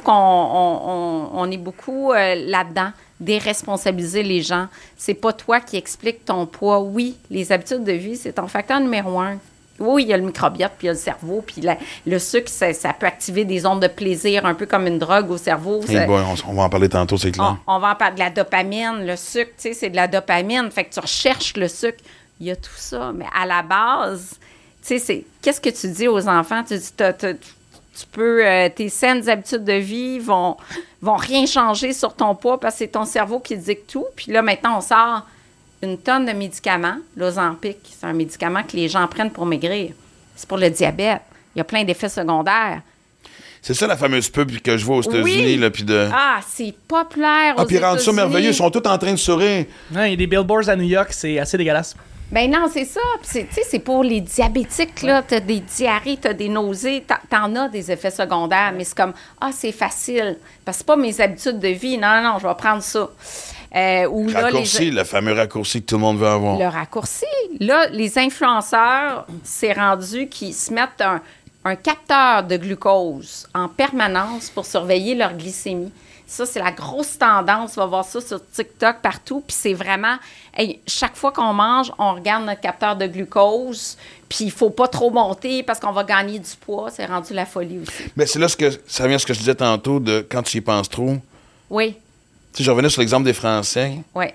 qu'on est beaucoup là-dedans, déresponsabiliser les gens. C'est pas toi qui explique ton poids. Oui, les habitudes de vie, c'est ton facteur numéro 1. Oui, il y a le microbiote, puis il y a le cerveau, puis le sucre, ça peut activer des ondes de plaisir, un peu comme une drogue au cerveau. Hey boy, on va en parler tantôt, c'est clair. On va en parler de la dopamine. Le sucre, tu sais, c'est de la dopamine. Fait que tu recherches le sucre. Il y a tout ça, mais à la base... Tu sais, qu'est-ce que tu dis aux enfants? Tu dis, tu peux, tes saines habitudes de vie vont rien changer sur ton poids parce que c'est ton cerveau qui dicte tout. Puis là, maintenant, on sort une tonne de médicaments. L'Ozempic, c'est un médicament que les gens prennent pour maigrir. C'est pour le diabète. Il y a plein d'effets secondaires. C'est ça la fameuse pub que je vois aux États-Unis. Là, puis de... Ah, c'est populaire aux États-Unis. Puis rendent ça merveilleux. Ils sont tous en train de sourire. Il y a des billboards à New York, c'est assez dégueulasse. Ben non, c'est ça. Puis c'est pour les diabétiques, là. T'as des diarrhées, t'as des nausées, t'en as des effets secondaires, mais c'est comme, c'est facile. Parce que c'est pas mes habitudes de vie. Non, je vais prendre ça. Raccourci, le fameux raccourci que tout le monde veut avoir. Le raccourci. Là, les influenceurs, c'est rendu qu'ils se mettent un capteur de glucose en permanence pour surveiller leur glycémie. Ça, c'est la grosse tendance. On va voir ça sur TikTok partout. Puis c'est vraiment... chaque fois qu'on mange, on regarde notre capteur de glucose. Puis il faut pas trop monter parce qu'on va gagner du poids. C'est rendu la folie aussi. Mais c'est là ça vient ce que je disais tantôt de quand tu y penses trop. Oui. Tu sais, je revenais sur l'exemple des Français. Oui.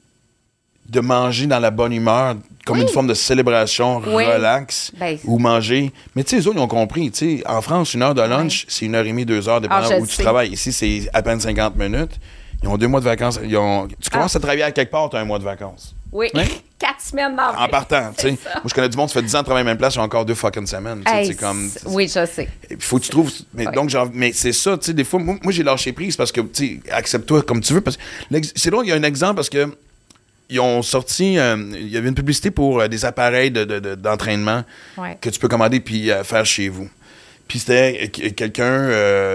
De manger dans la bonne humeur, comme une forme de célébration relax, ou manger. Mais tu sais, les autres, ils ont compris. Tu sais, en France, 1 heure de lunch, c'est 1h30, 2 heures, dépendant où tu travailles. Ici, c'est à peine 50 minutes. Ils ont 2 mois de vacances. Tu commences à travailler à quelque part, tu as 1 mois de vacances. Oui. 4 semaines dans en partant, tu sais. Moi, je connais du monde, ça fait 10 ans de travailler à la même place, ils ont encore 2 fucking semaines. Oui, je sais. Il faut que tu trouves. Mais donc, mais c'est ça, tu sais, des fois, moi, j'ai lâché prise parce que, tu sais, accepte-toi comme tu veux. Parce que c'est drôle, il y a un exemple parce que. Ils ont sorti, il y avait une publicité pour des appareils d'entraînement que tu peux commander puis faire chez vous. Puis c'était quelqu'un,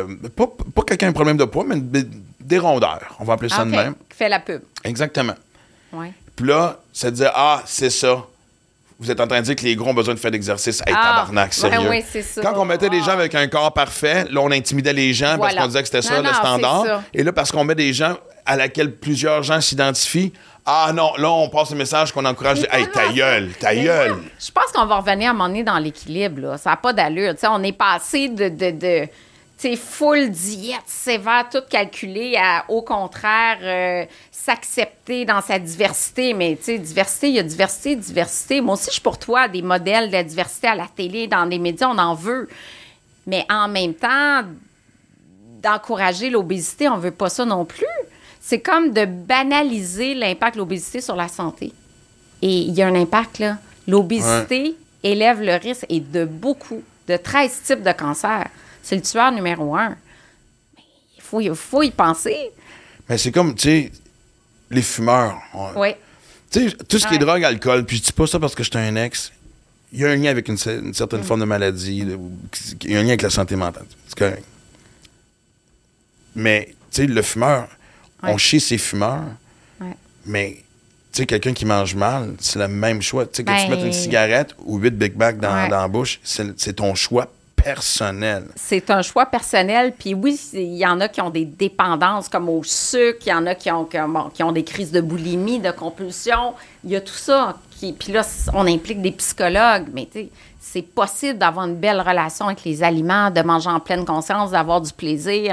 pas quelqu'un qui a un problème de poids, mais des rondeurs, on va appeler ça de même. Qui fait la pub. Exactement. Ouais. Puis là, ça disait, c'est ça. Vous êtes en train de dire que les gros ont besoin de faire d'exercice. Hey, tabarnak, sérieux. Oui, c'est ça. Quand on mettait des gens avec un corps parfait, là, on intimidait les gens parce qu'on disait que c'était ça le standard. Ça. Et là, parce qu'on met des gens à laquelle plusieurs gens s'identifient, non, là, on passe le message qu'on encourage. Hey, ta gueule. Je pense qu'on va revenir à un moment donné dans l'équilibre, là. Ça n'a pas d'allure. T'sais, on est passé de full diète sévère, tout calculé, à, au contraire, s'accepter dans sa diversité. Mais, tu sais, diversité, il y a diversité. Moi aussi, je suis pour toi des modèles de diversité à la télé, dans les médias, on en veut. Mais en même temps, d'encourager l'obésité, on ne veut pas ça non plus. C'est comme de banaliser l'impact de l'obésité sur la santé. Et il y a un impact, là. L'obésité élève le risque, et de 13 types de cancers. C'est le tueur numéro 1. Mais il faut y penser. Mais c'est comme, tu sais, les fumeurs. Oui. Tu sais, tout ce qui est drogue, alcool, puis je dis pas ça parce que je suis un ex, il y a un lien avec une certaine forme de maladie, il y a un lien avec la santé mentale. C'est correct. Mais, tu sais, le fumeur, on chie ses fumeurs, mais, tu sais, quelqu'un qui mange mal, c'est le même choix. Tu sais, que tu mettes une cigarette ou 8 Big Mac dans la bouche, c'est ton choix personnel. C'est un choix personnel. Puis oui, il y en a qui ont des dépendances comme au sucre, il y en a qui ont des crises de boulimie, de compulsion. Il y a tout ça. Puis là, on implique des psychologues, mais tu sais, c'est possible d'avoir une belle relation avec les aliments, de manger en pleine conscience, d'avoir du plaisir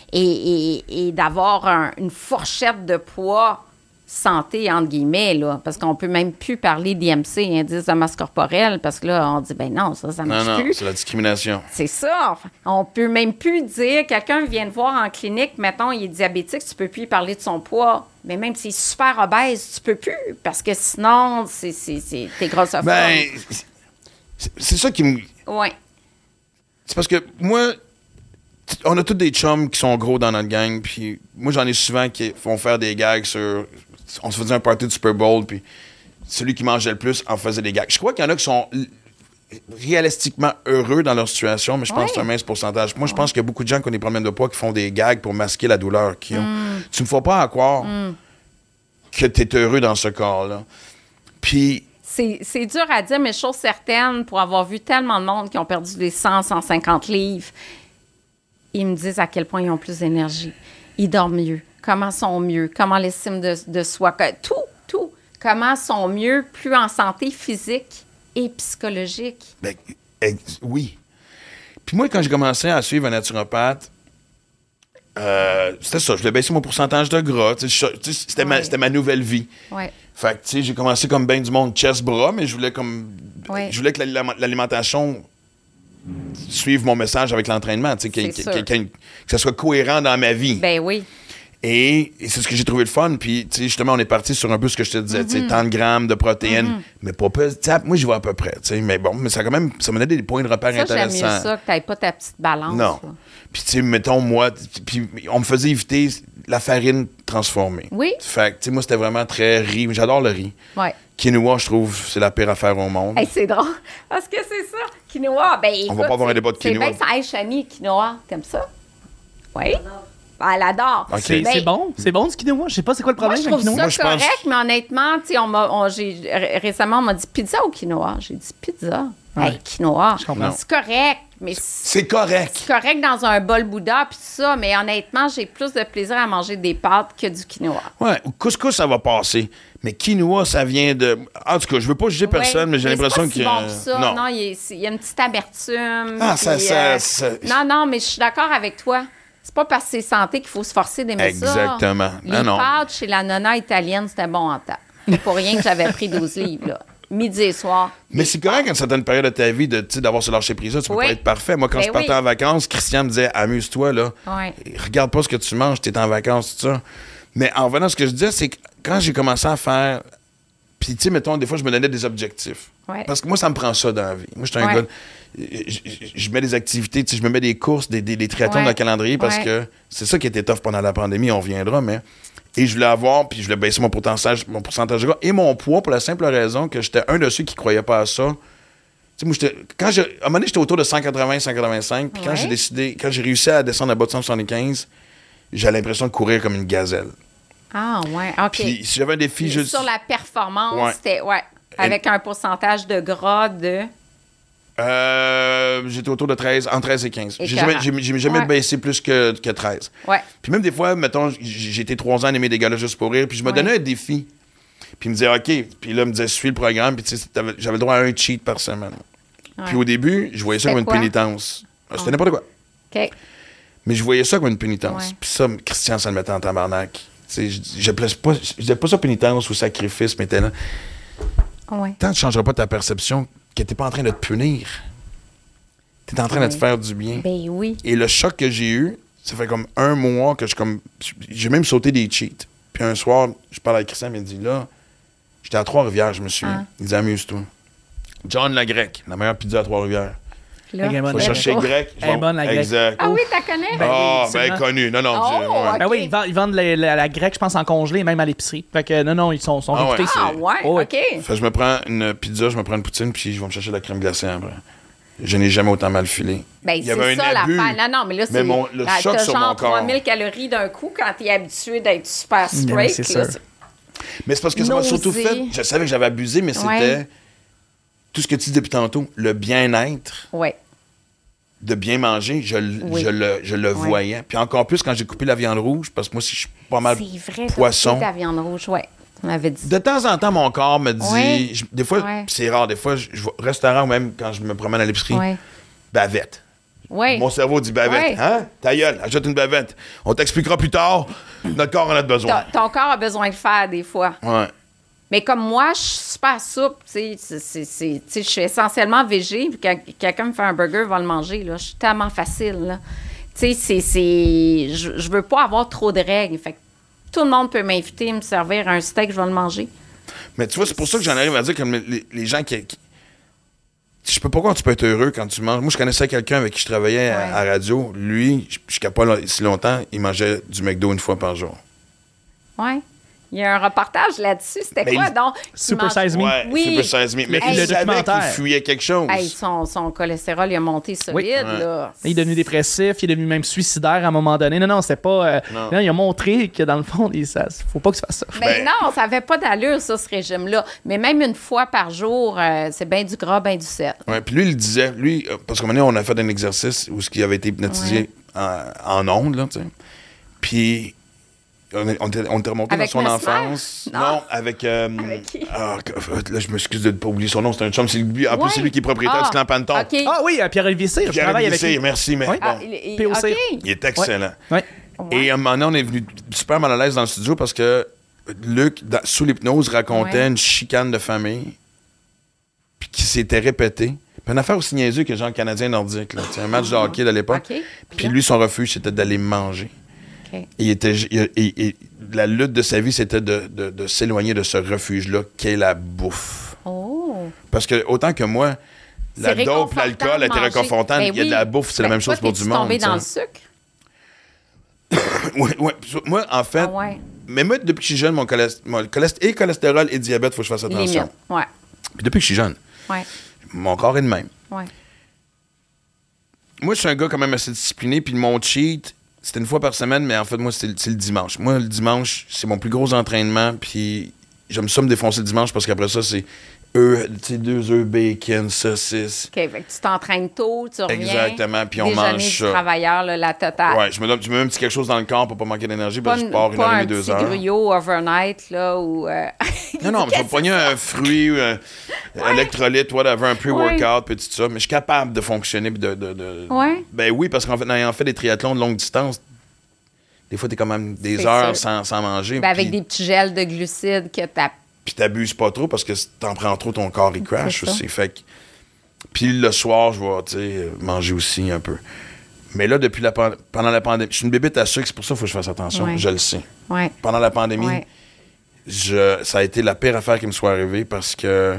et d'avoir une fourchette de poids santé, entre guillemets, là, parce qu'on peut même plus parler d'IMC, indice de masse corporelle, parce que là, on dit, ben non, ça marche plus. Non, c'est la discrimination. C'est ça. On peut même plus dire, quelqu'un vient te voir en clinique, mettons, il est diabétique, tu peux plus lui parler de son poids, mais même s'il est super obèse, tu peux plus, parce que sinon, t'es grossophobe. Ben, c'est ça qui me... Oui. C'est parce que moi... On a tous des chums qui sont gros dans notre gang, puis moi, j'en ai souvent qui font faire des gags sur... On se faisait un party de Super Bowl, puis celui qui mangeait le plus en faisait des gags. Je crois qu'il y en a qui sont réalistiquement heureux dans leur situation, mais je pense que c'est un mince pourcentage. Moi, je pense qu'il y a beaucoup de gens qui ont des problèmes de poids qui font des gags pour masquer la douleur qu'ils ont. Tu me fais pas croire que tu es heureux dans ce corps-là. Puis... C'est dur à dire, mais chose certaine, pour avoir vu tellement de monde qui ont perdu des 100, 150 livres, ils me disent à quel point ils ont plus d'énergie. Ils dorment mieux. Comment sont mieux? Comment l'estime de soi? Tout. Comment sont mieux, plus en santé physique et psychologique? Ben, oui. Puis moi, quand j'ai commencé à suivre un naturopathe, c'était ça. Je voulais baisser mon pourcentage de gras. C'était ma nouvelle vie. Ouais. Fait que, tu sais, j'ai commencé comme ben du monde chest-bras, mais je voulais que l'alimentation suive mon message avec l'entraînement, tu sais, que ça soit cohérent dans ma vie. Ben oui. Et c'est ce que j'ai trouvé le fun. Puis, tu sais, justement, on est parti sur un peu ce que je te disais, tu sais, tant de grammes de protéines, mais pas peu. Moi, j'y vois à peu près, tu sais. Mais bon, mais ça m'a donné des points de repère intéressants. J'aime mieux ça, que tu n'aies pas ta petite balance. Non. Puis, tu sais, mettons, moi, puis on me faisait éviter la farine transformée. Oui. Fait que, tu sais, moi, c'était vraiment très riz. J'adore le riz. Ouais. Quinoa, je trouve, c'est la pire affaire au monde. Hey, c'est drôle. Parce que c'est ça. Quinoa, ben écoute, On va pas avoir un débat de quinoa. C'est bien ça. Hey, Chani, quinoa, t'aimes ça? Oui? Elle adore. OK. C'est Ben, bon. C'est bon du quinoa. Je sais pas c'est quoi le Moi, problème je avec le trouve quinoa. ça Moi, je pense- correct, mais honnêtement, tu sais, récemment, on m'a dit pizza ou quinoa? J'ai dit pizza. Hey, quinoa. Je comprends. C'est correct, mais C'est correct. c'est correct dans un bol Bouddha puis tout ça, mais honnêtement, j'ai plus de plaisir à manger des pâtes que du quinoa. Ouais, couscous, ça va passer. Mais quinoa, ça vient de. En tout cas, je veux pas juger personne, mais j'ai l'impression qu'il que. C'est pas si bon que ça. Non, il y a une petite amertume. Ah, ça- puis, ça- Non, mais je suis d'accord avec toi. C'est pas parce que c'est santé qu'il faut se forcer d'aimer ça. Exactement. Les Non. pâtes chez la nonna italienne, c'était bon en temps. C'est pour rien que j'avais pris 12 livres, là. Midi et soir. Mais c'est correct, à une certaine période de ta vie, d'avoir ce lâcher-prise-là. Tu peux Oui. pas être parfait. Moi, quand Ben je partais oui. en vacances, Christian me disait amuse-toi, là. Ouais. Regarde pas ce que tu manges, t'es en vacances, tout ça. Mais en revenant à ce que je disais, c'est que quand j'ai commencé à faire. Puis, tu sais, mettons, des fois, je me donnais des objectifs. Ouais. Parce que moi, ça me prend ça dans la vie. Moi, je suis un Ouais. gars. Je mets des activités, tu sais, je me mets des courses, des triathlons Ouais. dans le calendrier parce Ouais. que c'est ça qui était tough pendant la pandémie, on reviendra, mais. Et je voulais avoir, puis je voulais baisser mon pourcentage de gras et mon poids pour la simple raison que j'étais un de ceux qui croyaient pas à ça. Tu sais, moi, à un moment donné, j'étais autour de 180, 185, puis quand Ouais. quand j'ai réussi à descendre à bas de 175, j'ai l'impression de courir comme une gazelle. Ah, ouais, OK. Puis si j'avais un défi, je. Sur la performance, Ouais. c'était, avec un pourcentage de gras de... J'étais autour de 13, entre 13 et 15. Et J'ai jamais, 40. j'ai jamais Ouais. baissé plus que 13. Ouais. Puis même des fois, mettons, j'ai été 3 ans à aimer des gars-là juste pour rire, puis je me Ouais. donnais un défi. Puis il me disait, OK. Puis là, il me disait, suis le programme, puis tu sais, j'avais le droit à un cheat par semaine. Ouais. Puis au début, je voyais ça C'était comme une quoi? pénitence. C'était n'importe quoi. OK. Mais je voyais ça comme une pénitence. Ouais. Puis ça, Christian, ça me mettait en tabarnak. Tu sais, je disais pas ça pénitence ou sacrifice, mais t'es là. Ouais. Tant que tu changeras pas ta perception que t'es pas en train de te punir. T'es en train de te faire du bien. Ben oui. Et le choc que j'ai eu, ça fait comme un mois que j'ai même sauté des cheats. Puis un soir, je parle avec Christian, il me dit, là, j'étais à Trois-Rivières, je me suis. Il dit, amuse-toi. John la Grecque, la meilleure pizza à Trois-Rivières. Là, Elle est bonne, Faut la chercher Grecque. grec. Elle est bonne, la Grecque. Exact. Ah oui, t'as connais? Ah, oui, ben absolument. connu. Non, non. Oh, ouais. Ben OK. oui, ils vendent la grecque, je pense, en congelé, même à l'épicerie. Fait que non, ils sont Ah ouais. réputés. Ah ouais, Oh, oui. OK. Fait que je me prends une pizza, je me prends une poutine, puis je vais me chercher de la crème glacée après. Je n'ai jamais autant mal filé. Ben, Il y avait c'est un ça abus. l'affaire. Non, mais là, c'est. Le choc t'as sur genre mon corps. 3000 calories d'un coup quand t'es habitué d'être super Oui, straight. c'est là, sûr. Mais c'est parce que ça m'a surtout Nausée. fait. Je savais que j'avais abusé, mais c'était Ouais. tout ce que tu dis depuis tantôt. Le bien-être Ouais. de bien manger, je Oui. le voyais. Puis encore plus quand j'ai coupé la viande rouge, parce que moi, si je suis pas mal C'est vrai, poisson. ta viande rouge, ouais. On avait dit. De temps en temps, mon corps me dit. Ouais. Des fois, Ouais. c'est rare, des fois, je vais au restaurant ou même quand je me promène à l'épicerie, Ouais. bavette. Ouais. Mon cerveau dit bavette. Ouais. Hein? Ta gueule, achète une bavette. On t'expliquera plus tard. Notre corps en a besoin. Ton corps a besoin de faire des fois. Ouais. Mais comme moi, je suis super souple, tu sais, je suis essentiellement végé, puis quand quelqu'un me fait un burger, va le manger, là. Je suis tellement facile, là. Tu sais, je veux pas avoir trop de règles. Fait que tout le monde peut m'inviter à me servir un steak, je vais le manger. Mais tu vois, c'est pour ça que j'en arrive à dire comme les gens qui je peux pas croire que tu peux être heureux quand tu manges. Moi, je connaissais quelqu'un avec qui je travaillais à radio. Lui, jusqu'à pas si longtemps, il mangeait du McDo une fois par jour. Ouais. Il y a un reportage là-dessus. C'était Ben, quoi, donc? Super Size Me. Ouais, Oui. Super Size Me. Mais film il de savait documentaire. qu'il fuyait quelque chose. Hey, son cholestérol, il a monté solide, Oui. là. Il est devenu dépressif, il est devenu même suicidaire à un moment donné. Non, c'était pas. Non, il a montré que dans le fond, faut pas que tu fasses ça. Ben non, ça avait pas d'allure, ça, ce régime-là. Mais même une fois par jour, c'est bien du gras, bien du sel. Ouais, puis lui, il disait, parce qu'à un moment donné, on a fait un exercice où il avait été hypnotisé en ondes, là, tu sais. Puis, on était remonté Avec dans son Mesmer? enfance. Non. Avec. Avec qui? Là, je m'excuse de ne pas oublier son nom. C'est un chum. En plus, c'est lui qui est propriétaire du clan Panton. OK. Ah oui, Pierre-Olivier Cyr, je Pierre travaille avec Vissé, lui. merci, mais Oui. bon. Ah, POC. OK. Il est excellent. Ouais. Et à un moment donné, on est venu super mal à l'aise dans le studio parce que Luc, sous l'hypnose, racontait Ouais. une chicane de famille puis qui s'était répétée. Puis une affaire aussi niaiseuse que genre Canadien nordique. Là. Un match de hockey de l'époque. OK. Puis lui, son refuge, c'était d'aller me manger. Et la lutte de sa vie, c'était de s'éloigner de ce refuge-là qu'est la bouffe. Oh! Parce que autant que moi, la dope, l'alcool a été réconfortant, il y a de la bouffe, c'est la même chose pour du monde. Tombé dans le sucre? Oui. Moi, en fait, mais moi, depuis que je suis jeune, mon cholestérol et diabète, il faut que je fasse attention. Ouais. Puis depuis que je suis jeune, mon corps est de même. Ouais. Moi, je suis un gars quand même assez discipliné, puis mon cheat, c'était une fois par semaine, mais en fait, moi, c'est le dimanche. Moi, le dimanche, c'est mon plus gros entraînement, puis j'aime ça me défoncer le dimanche parce qu'après ça, c'est 2 œufs, bacon, saucisse. OK, fait que tu t'entraînes tôt, tu reviens. Exactement, puis on déjeuner mange du ça. travailleur, là, la totale. Ouais, je me mets un petit quelque chose dans le corps pour pas manquer d'énergie, parce que je pars 1h30, 2 heures. Pas un petit gruyot overnight, là, ou... Non, mais je vais pogner un fruit, un électrolyte, whatever, un pre-workout, puis tout ça. Mais je suis capable de fonctionner. Ouais. Ben oui, parce qu'en fait, en ayant fait des triathlons de longue distance, des fois, t'es quand même des heures sans manger. Ben, avec des petits gels de glucides que t'as... Puis t'abuses pas trop, parce que si t'en prends trop, ton corps, il crash aussi. Fait que... Puis le soir, je vais, manger aussi un peu. Mais là, pendant la pandémie, je suis une bébête à sucre, c'est pour ça qu'il faut que je fasse attention. Ouais. Je le sais. Ouais. Pendant la pandémie... Ouais. Ça a été la pire affaire qui me soit arrivée parce que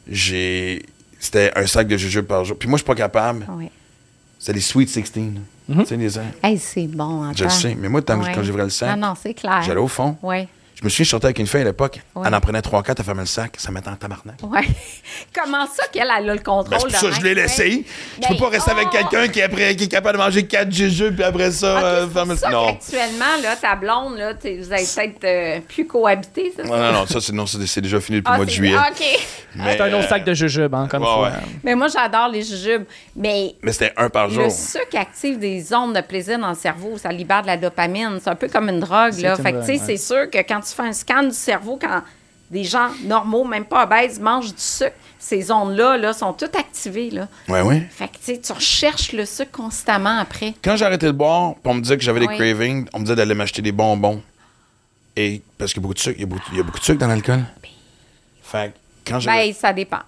c'était un sac de jujubes par jour. Puis moi, je suis pas capable. Oui. C'est les Sweet 16. Tu sais, les airs. Hey, c'est bon, hein, Je le sais. Mais moi, quand j'ouvrais le sac, non, c'est clair. j'allais au fond. Oui. Je me souviens, je sortais avec une fille à l'époque. Ouais. Elle en prenait 3-4, elle fermait le sac. Ça mettait en tabarnak. Oui. Comment ça qu'elle a le contrôle? Ben, c'est pour ça que je l'ai laissé. Je peux pas rester avec quelqu'un qui est capable de manger 4 jujubes puis après ça, fermer le sac. Non. Actuellement, là, ta blonde, là, vous avez peut-être plus cohabité, ça? Non, c'est déjà fini depuis le mois de juillet. OK. C'est un autre sac de jujubes, hein, comme ça. Ouais. Mais moi, j'adore les jujubes. Mais c'était un par jour. le sucre active des zones de plaisir dans le cerveau. Ça libère de la dopamine. C'est un peu comme une drogue, là. Fait que, tu sais, c'est sûr que quand tu fais un scan du cerveau, quand des gens normaux, même pas obèses, mangent du sucre, ces zones-là sont toutes activées, là. Oui. Fait que, tu sais, tu recherches le sucre constamment après. Quand j'ai arrêté de boire, puis on me disait que j'avais des Oui. cravings, on me disait d'aller m'acheter des bonbons. Et parce qu'il y a beaucoup de sucre, il y a beaucoup de sucre dans l'alcool. Fait que quand Ben, ça dépend.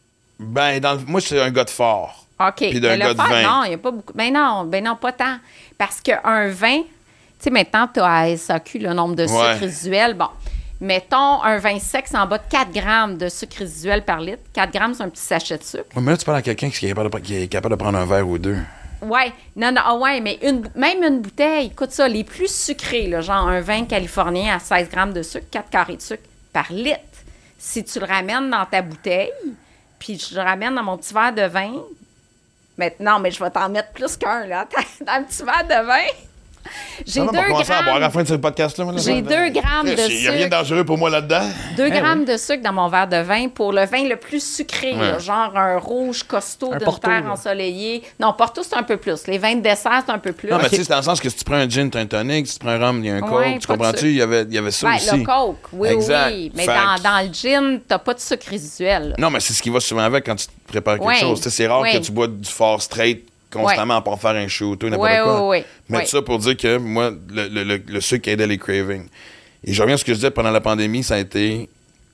moi, c'est un gars de fort. OK. Puis d'un Mais gars le de fer, vin. non, il n'y a pas beaucoup. Ben non, pas tant. Parce qu'un vin, tu sais, maintenant, tu as à SAQ le nombre de sucres résiduels. Bon, mettons un vin sec, c'est en bas de 4 grammes de sucre résiduel par litre. 4 grammes, c'est un petit sachet de sucre. Ouais, mais là, tu parles à quelqu'un qui est capable de prendre un verre ou deux. Ouais, non, mais même une bouteille, écoute ça, les plus sucrés, là, genre un vin californien à 16 grammes de sucre, 4 carrés de sucre par litre. Si tu le ramènes dans ta bouteille, puis je le ramène dans mon petit verre de vin, non, mais je vais t'en mettre plus qu'un, là, dans le petit verre de vin. J'ai 2 commencer à boire à la grammes. fin de ce podcast-là. J'ai 2 grammes de Il n'y a rien de sucre. dangereux pour moi là-dedans. 2 grammes de sucre dans mon verre de vin pour le vin le plus sucré, là, genre un rouge costaud Un d'une Porto, terre là. ensoleillée. Non, Porto, c'est un peu plus. Les vins de dessert, c'est un peu plus. Non, mais tu sais, c'est dans le sens que si tu prends un gin, t'as un tonic, si tu prends un rhum, il y a un coke. Ouais, Tu pas de comprends-tu? sucre. Il y avait ça Ben, aussi. le coke, oui, Exact. oui. Mais Fait que- dans le gin, t'as pas de sucre résiduel. là. Non, mais c'est ce qui va souvent avec quand tu te prépares quelque Ouais. chose. Tu sais, c'est rare Ouais. que tu bois du fort straight constamment pour faire un shoot ou n'importe Ouais, quoi. ouais. Mais Ouais. ça pour dire que moi, le sucre aidait les cravings. Et je reviens à ce que je disais pendant la pandémie, ça a été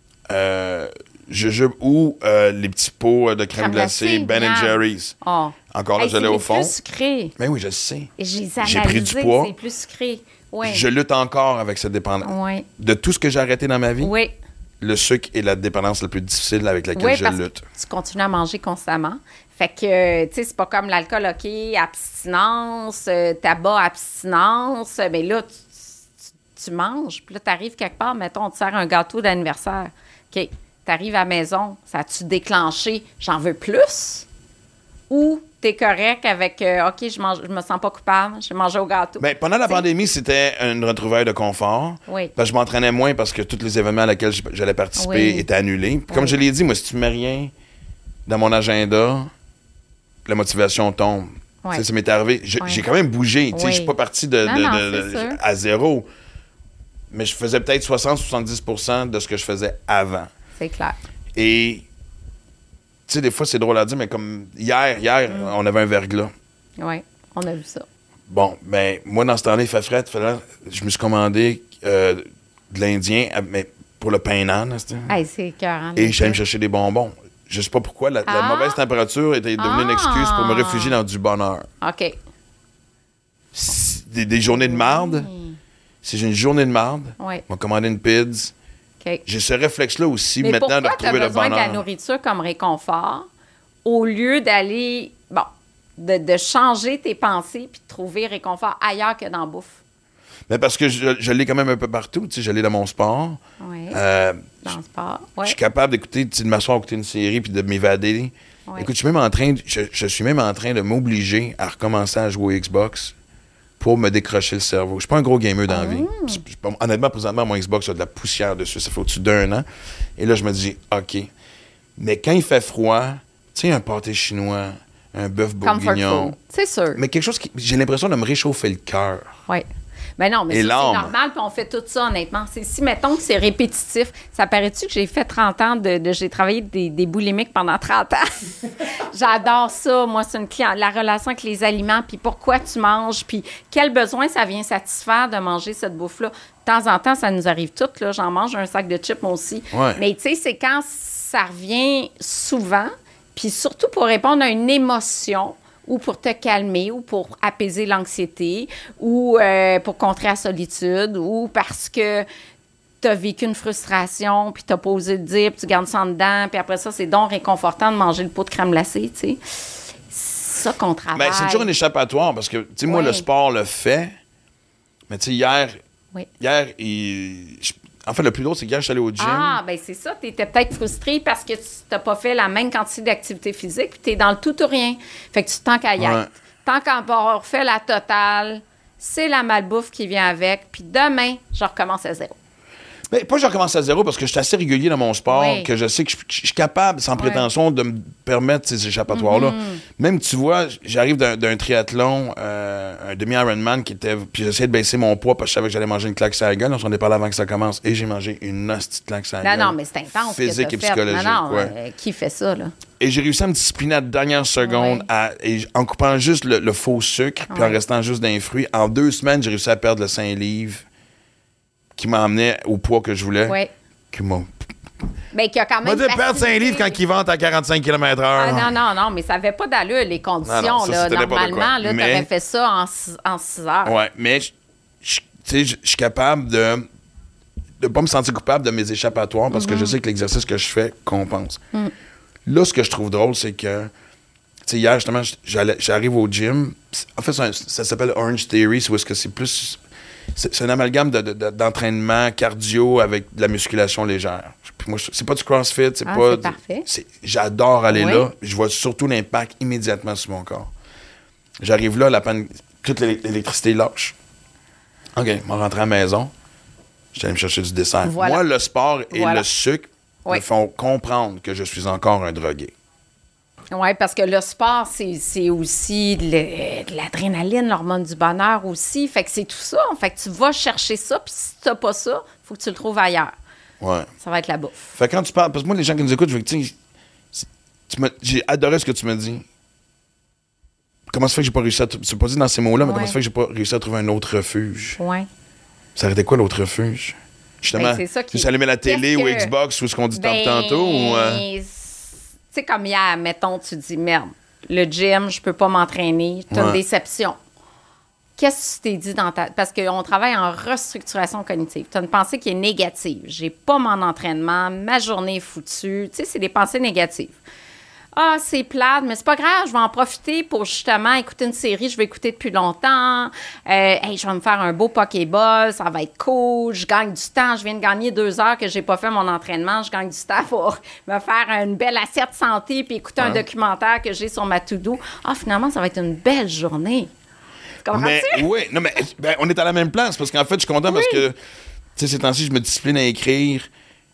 jujube ou les petits pots de crème glacée, Ben miam. Jerry's. Oh. Encore là, Hey, j'allais c'est au fond. C'est plus sucré. Mais oui, je le sais. Et j'ai J'ai pris du poids. C'est plus sucré. Oui. Je lutte encore avec cette dépendance. Oui. De tout ce que j'ai arrêté dans ma vie, Oui. le sucre est la dépendance la plus difficile avec laquelle Oui, je parce lutte. que tu continues à manger constamment. Fait que, tu sais, c'est pas comme l'alcool, OK, abstinence, tabac, abstinence. Mais là, tu manges. Puis là, t'arrives quelque part, mettons, on te sert un gâteau d'anniversaire. OK, t'arrives à la maison, ça a-tu déclenché « j'en veux plus » ou t'es correct avec OK, je me sens pas coupable, j'ai mangé au gâteau. Ben, pendant la pandémie, c'était une retrouvaille de confort. Oui. Parce que je m'entraînais moins parce que tous les événements auxquels j'allais participer Oui. étaient annulés. Puis comme je l'ai dit, moi, si tu mets rien dans mon agenda, la motivation tombe. Oui. Tu sais, ça m'est arrivé. J'ai quand même bougé. Tu sais, Oui. je suis pas parti Non, c'est sûr. à zéro. Mais je faisais peut-être 60-70% de ce que je faisais avant. C'est clair. Et, tu sais, des fois, c'est drôle à dire, mais comme hier, on avait un verglas. Oui, on a vu ça. Bon, ben, moi, dans ce temps-là, il fait fret. Je me suis commandé de l'Indien, mais pour le pain nan, Hey, c'est écœurant. et j'allais me chercher des bonbons. Je sais pas pourquoi, la mauvaise température était devenue une excuse pour me réfugier dans du bonheur. OK. Des journées de marde, si j'ai une journée de marde, Ouais. je vais commander une pizza. OK. J'ai ce réflexe-là aussi, Mais maintenant, de pourquoi tu as retrouver le besoin de bonheur. la nourriture comme réconfort au lieu d'aller, de changer tes pensées puis de trouver réconfort ailleurs que dans la bouffe? Mais parce que je l'ai quand même un peu partout. Tu sais, je l'ai dans mon sport. Oui. Dans le sport. Je Ouais. suis capable d'écouter, de m'asseoir, écouter une série puis de m'évader. Ouais. Écoute, je suis même en train de m'obliger à recommencer à jouer au Xbox pour me décrocher le cerveau. Je suis pas un gros gamer dans la vie. Honnêtement, présentement, mon Xbox a de la poussière dessus. Ça fait au-dessus d'1 an. Et là, je me dis, OK. Mais quand il fait froid, tu sais, un pâté chinois, un bœuf Comfort bourguignon. food. C'est sûr. Mais quelque chose qui, j'ai l'impression de me réchauffer le cœur. Oui. Mais non, mais Et ça, c'est l'âme. normal, puis on fait tout ça, honnêtement. Si, mettons que c'est répétitif, ça paraît-tu que j'ai fait 30 ans j'ai travaillé des boulimiques pendant 30 ans? J'adore ça. Moi, c'est la relation avec les aliments, puis pourquoi tu manges, puis quel besoin ça vient satisfaire de manger cette bouffe-là. De temps en temps, ça nous arrive toutes, là. J'en mange un sac de chips, moi aussi. Ouais. Mais tu sais, c'est quand ça revient souvent, puis surtout pour répondre à une émotion, ou pour te calmer, ou pour apaiser l'anxiété, ou pour contrer la solitude, ou parce que tu as vécu une frustration, puis tu n'as pas osé le dire, puis tu gardes ça en dedans, puis après ça, c'est donc réconfortant de manger le pot de crème glacée, tu sais. C'est ça qu'on travaille. Ben, c'est toujours un échappatoire parce que, tu sais, moi, Oui. le sport le fait. Mais, tu sais, hier, Oui. en fait, le plus drôle, c'est que hier, je suis allé au gym. Ah, ben c'est ça. Tu étais peut-être frustré parce que tu n'as pas fait la même quantité d'activité physique, puis tu es dans le tout ou rien. Fait que tu tant qu'à y être. Ouais. Tant qu'à avoir fait la totale, c'est la malbouffe qui vient avec, puis demain, je recommence à zéro. Mais pas que je recommence à zéro parce que je suis assez régulier dans mon sport, Oui. que je sais que je suis capable, sans prétention, de me permettre ces échappatoires-là. Même, tu vois, j'arrive d'un triathlon, un demi-Ironman qui était. Puis j'essayais de baisser mon poids parce que je savais que j'allais manger une claque sur la gueule. On s'en est parlé avant que ça commence. Et j'ai mangé une hostie de claque sur la gueule. Non, mais c'est intense. Physique que et t'as fait. psychologique. Non, ouais. qui fait ça, là? Et j'ai réussi à me discipliner à la dernière seconde en coupant juste le faux sucre puis en restant juste d'un fruit. En 2 semaines, j'ai réussi à perdre le 5 livres qui m'emmenait au poids que je voulais. Oui. Qui m'a... Mais qui a quand On va même. dire perdre 5 livres quand il vente à 45 km/h. Ah, non, mais ça n'avait pas d'allure, les conditions. Non, ça, là. c'était n'importe Normalement, quoi. tu Mais- avais fait ça en 6 heures. Ouais, mais tu sais, je suis capable de ne pas me sentir coupable de mes échappatoires parce que je sais que l'exercice que je fais compense. Là, ce que je trouve drôle, c'est que, tu sais, hier, justement, j'arrive au gym. En fait, ça s'appelle Orange Theory, c'est où est-ce que c'est plus... C'est un amalgame d'entraînement cardio avec de la musculation légère. Puis moi, c'est pas du CrossFit, c'est Ah, pas... c'est parfait. J'adore aller Oui. là. Je vois surtout l'impact immédiatement sur mon corps. J'arrive là, toute l'électricité lâche. OK, je vais rentrer à la maison. Je suis allé me chercher du dessert. Voilà. Moi, le sport et Voilà. le sucre Oui. me font comprendre que je suis encore un drogué. Oui, parce que le sport, c'est aussi de l'adrénaline, l'hormone du bonheur aussi. Fait que c'est tout ça. Fait que tu vas chercher ça, puis si tu n'as pas ça, il faut que tu le trouves ailleurs. Ouais. Ça va être la bouffe. Fait que quand tu parles... Parce que moi, les gens qui nous écoutent, je veux que j'ai adoré ce que tu m'as dit. Comment ça fait que j'ai pas réussi à... C'est pas dit dans ces mots-là, mais Ouais. comment ça fait que j'ai pas réussi à trouver un autre refuge? Oui. Ça aurait été quoi l'autre refuge? Justement, Ben, c'est ça qui- tu allumé la télé Qu'est-ce ou que- Xbox ou ce qu'on dit Ben, tantôt? Ou, tu sais, comme hier, mettons, tu dis, merde, le gym, je peux pas m'entraîner, tu as une Ouais. déception. Qu'est-ce que tu t'es dit dans ta... Parce qu'on travaille en restructuration cognitive. Tu as une pensée qui est négative. J'ai pas mon entraînement, ma journée est foutue. Tu sais, c'est des pensées négatives. Ah, c'est plate, mais c'est pas grave, je vais en profiter pour justement écouter une série que je vais écouter depuis longtemps. Hey, je vais me faire un beau Pokéball, ça va être cool, je gagne du temps, je viens de gagner 2 heures que j'ai pas fait mon entraînement, je gagne du temps pour me faire une belle assiette santé puis écouter un documentaire que j'ai sur ma to-do. Ah, finalement, ça va être une belle journée. Mais Comprends-tu? oui, non, mais on est à la même place parce qu'en fait, je suis content parce que, tu sais, ces temps-ci, je me discipline à écrire.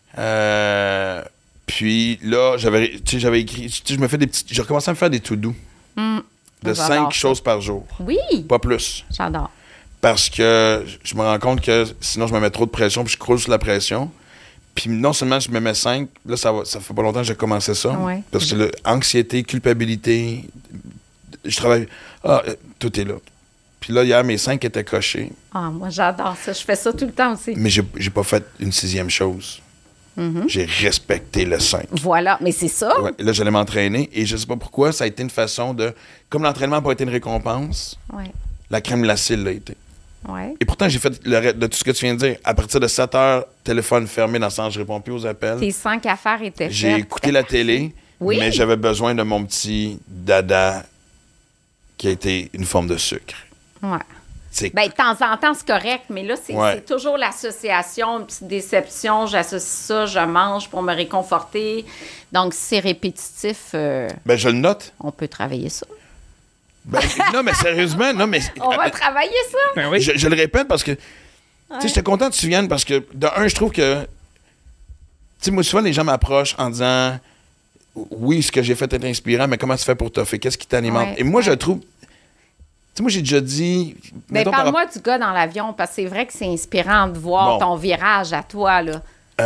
Puis là, j'avais écrit, tu sais, je me fais des petits. J'ai recommencé à me faire des to-do de J'adore 5 ça. choses par jour, Oui, pas plus. j'adore. Parce que je me rends compte que sinon, je me mets trop de pression puis je croule sous la pression. Puis non seulement je me mets 5, là, ça fait pas longtemps que j'ai commencé ça. Ouais. Parce que anxiété, culpabilité, je travaille. Tout est là. Puis là, hier, mes 5 étaient cochés, Ah, moi, j'adore ça. Je fais ça tout le temps aussi. mais j'ai pas fait une 6e chose. J'ai respecté le 5. Voilà, mais c'est ça. Ouais, là, j'allais m'entraîner et je sais pas pourquoi, ça a été une façon de. Comme l'entraînement n'a pas été une récompense, Ouais. la crème glacée l'a été. Ouais. Et pourtant, j'ai fait le reste de tout ce que tu viens de dire. À partir de 7 heures, téléphone fermé dans le sens, je réponds plus aux appels. Tes 5 affaires étaient faites. J'ai écouté la télé, Oui. mais j'avais besoin de mon petit dada qui a été une forme de sucre. Ouais. C'est Ben, de temps en temps, c'est correct, mais là, c'est Ouais. c'est toujours l'association, une petite déception, j'associe ça, je mange pour me réconforter. Donc, si c'est répétitif, Ben, je le note. on peut travailler ça. Ben, non, mais sérieusement, non, mais. On va travailler ça. Ben oui. Je le répète parce que. Tu sais, j'étais content que tu viennes parce que, de un, je trouve que. Tu sais, moi, souvent, les gens m'approchent en disant oui, ce que j'ai fait est inspirant, mais comment tu fais pour t'offrir? Qu'est-ce qui t'alimente? Ouais, Et moi, je ouais. trouve. Tu sais, moi, j'ai déjà dit. Mais mettons, par parle-moi du gars dans l'avion, parce que c'est vrai que c'est inspirant de voir Bon. ton virage à toi, là.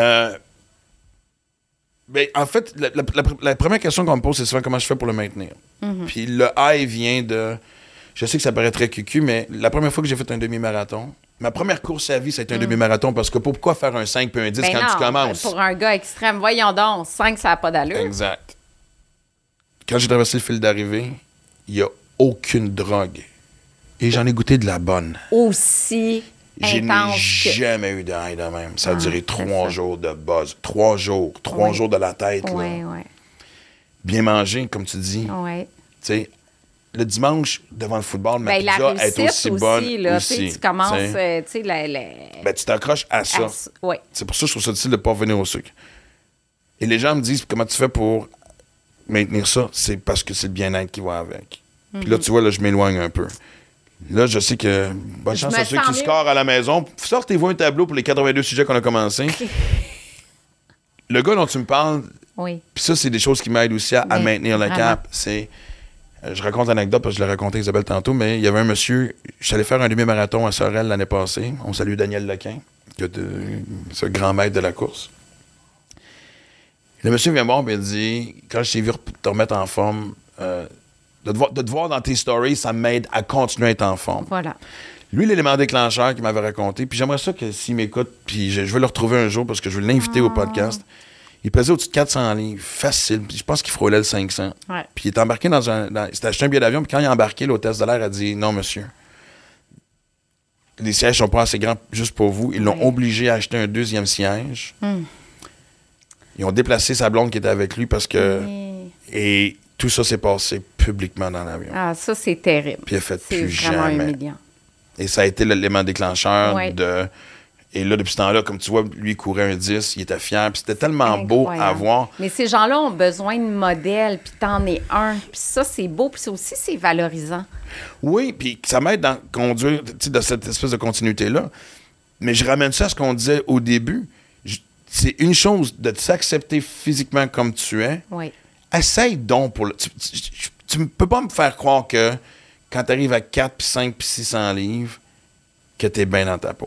Ben, en fait, la première question qu'on me pose, c'est souvent comment je fais pour le maintenir. Mm-hmm. Puis le high vient de. Je sais que ça paraît très cucu, mais la première fois que j'ai fait un demi-marathon, ma première course à vie, ça a été un demi-marathon parce que pourquoi faire un 5 puis un 10 Ben quand non, tu commences? pour un gars extrême, voyons donc, 5, ça n'a pas d'allure. Exact. Quand j'ai traversé le fil d'arrivée, il n'y a aucune drogue. Et j'en ai goûté de la bonne. Aussi Je n'ai intense que... jamais eu de high de même. Ça a duré c'est 3 ça. jours de buzz. 3 jours. 3 Oui. jours de la tête. Oui, Là. oui, Bien manger, comme tu dis. oui. Tu sais, le dimanche, devant le football, ma Ben, la pizza est réussite aussi aussi, bonne. là, aussi, tu commences, tu sais. tu sais, Ben, tu t'accroches à ça. oui. C'est pour ça que je trouve ça difficile de ne pas revenir au sucre. Et les gens me disent, comment tu fais pour maintenir ça? C'est parce que c'est le bien-être qui va avec. Puis là, tu vois, là, je m'éloigne un peu. Là, je sais que, bonne Je chance me à ceux sens qui mieux. scorent à la maison. Sortez-vous un tableau pour les 82 sujets qu'on a commencé. Le gars dont tu me parles, Oui. puis ça, c'est des choses qui m'aident aussi à Mais maintenir le vraiment. cap. C'est. Je raconte l'anecdote parce que je l'ai raconté à Isabelle tantôt, mais il y avait un monsieur. Je suis allé faire un demi-marathon à Sorel l'année passée. On salue Daniel Lequin, ce grand maître de la course. Le monsieur vient me voir et il dit quand je t'ai vu te remettre en forme, de te voir dans tes stories, ça m'aide à continuer à être en forme. Voilà. Lui, l'élément déclencheur qu'il m'avait raconté, puis j'aimerais ça que s'il m'écoute, puis je vais le retrouver un jour parce que je veux l'inviter au podcast. Il pesait au-dessus de 400 livres, facile. Puis je pense qu'il frôlait le 500. Ouais. Puis il est embarqué il s'est acheté un billet d'avion, puis quand il est embarqué, l'hôtesse de l'air a dit « Non, monsieur. Les sièges sont pas assez grands juste pour vous. » Ils l'ont obligé à acheter un 2e siège. Ils ont déplacé sa blonde qui était avec lui parce que... Et tout ça s'est passé publiquement dans l'avion. Ah, ça, c'est terrible. Puis il a fait C'est plus vraiment jamais. humiliant. Et ça a été l'élément déclencheur Ouais. de... Et là, depuis ce temps-là, comme tu vois, lui, il courait un 10, il était fier. Puis c'était tellement beau à Incroyable. voir. Mais ces gens-là ont besoin de modèles, puis t'en es un. Puis ça, c'est beau, puis ça aussi, c'est valorisant. Oui, puis ça m'aide dans conduire, tu sais, dans cette espèce de continuité-là. Mais je ramène ça à ce qu'on disait au début. C'est une chose de s'accepter physiquement comme tu es. Oui. Essaye donc pour le... Tu ne peux pas me faire croire que quand tu arrives à 4, puis 5, puis 600 livres, que tu es bien dans ta peau.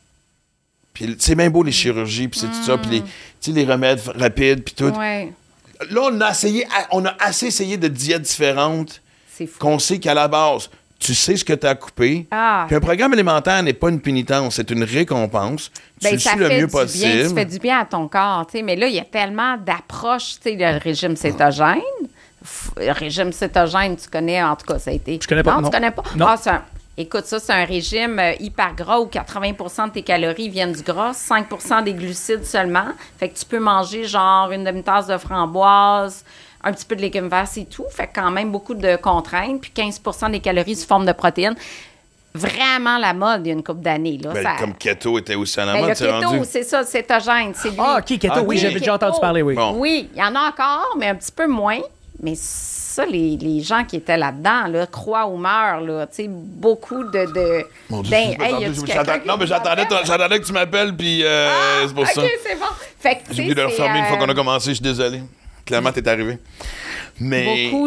Puis c'est bien beau les chirurgies, puis c'est tout ça, puis les, tu sais, les remèdes rapides, puis tout. Oui. Là, on a assez essayé de diètes différentes C'est fou. qu'on sait qu'à la base, tu sais ce que tu as coupé. Ah. Puis un programme alimentaire n'est pas une pénitence, c'est une récompense. Tu Ben, le ça suis le fait mieux du bien, possible. tu fais du bien à ton corps, tu sais. Mais là, il y a tellement d'approches, tu sais, le régime cétogène. Le régime cétogène, tu connais, en tout cas, ça a été... Je connais pas, Non, non. tu connais pas? Non. Ah, écoute, ça, c'est un régime hyper gras où 80 de tes calories viennent du gras, 5 des glucides seulement. Fait que tu peux manger genre une demi-tasse de framboise, un petit peu de légumes verts, c'est tout. Fait que quand même beaucoup de contraintes. Puis 15 des calories sous forme de protéines. Vraiment la mode il y a une couple d'années. Là, Ben, ça... comme keto était aussi à la Ben, mode, le c'est keto, rendu. c'est ça, le cétogène, c'est lui. Ah, OK, keto, Ah, oui, oui. j'avais déjà entendu Keto. parler, oui. Bon. Oui, il y en a encore, mais un petit peu moins. Mais ça, les gens qui étaient là-dedans, là, croient ou meurent, là, tu sais, beaucoup de Mon Dieu, hey, attends, y a-tu j'attends- quelqu'un qui non, mais m'appelle? j'attendais que tu m'appelles, puis c'est pour OK, ça. c'est bon. Fait que, tu J'ai sais, oublié de le c'est, refermer une fois qu'on a commencé, je suis désolé. Clairement, t'es arrivé. Mais. beaucoup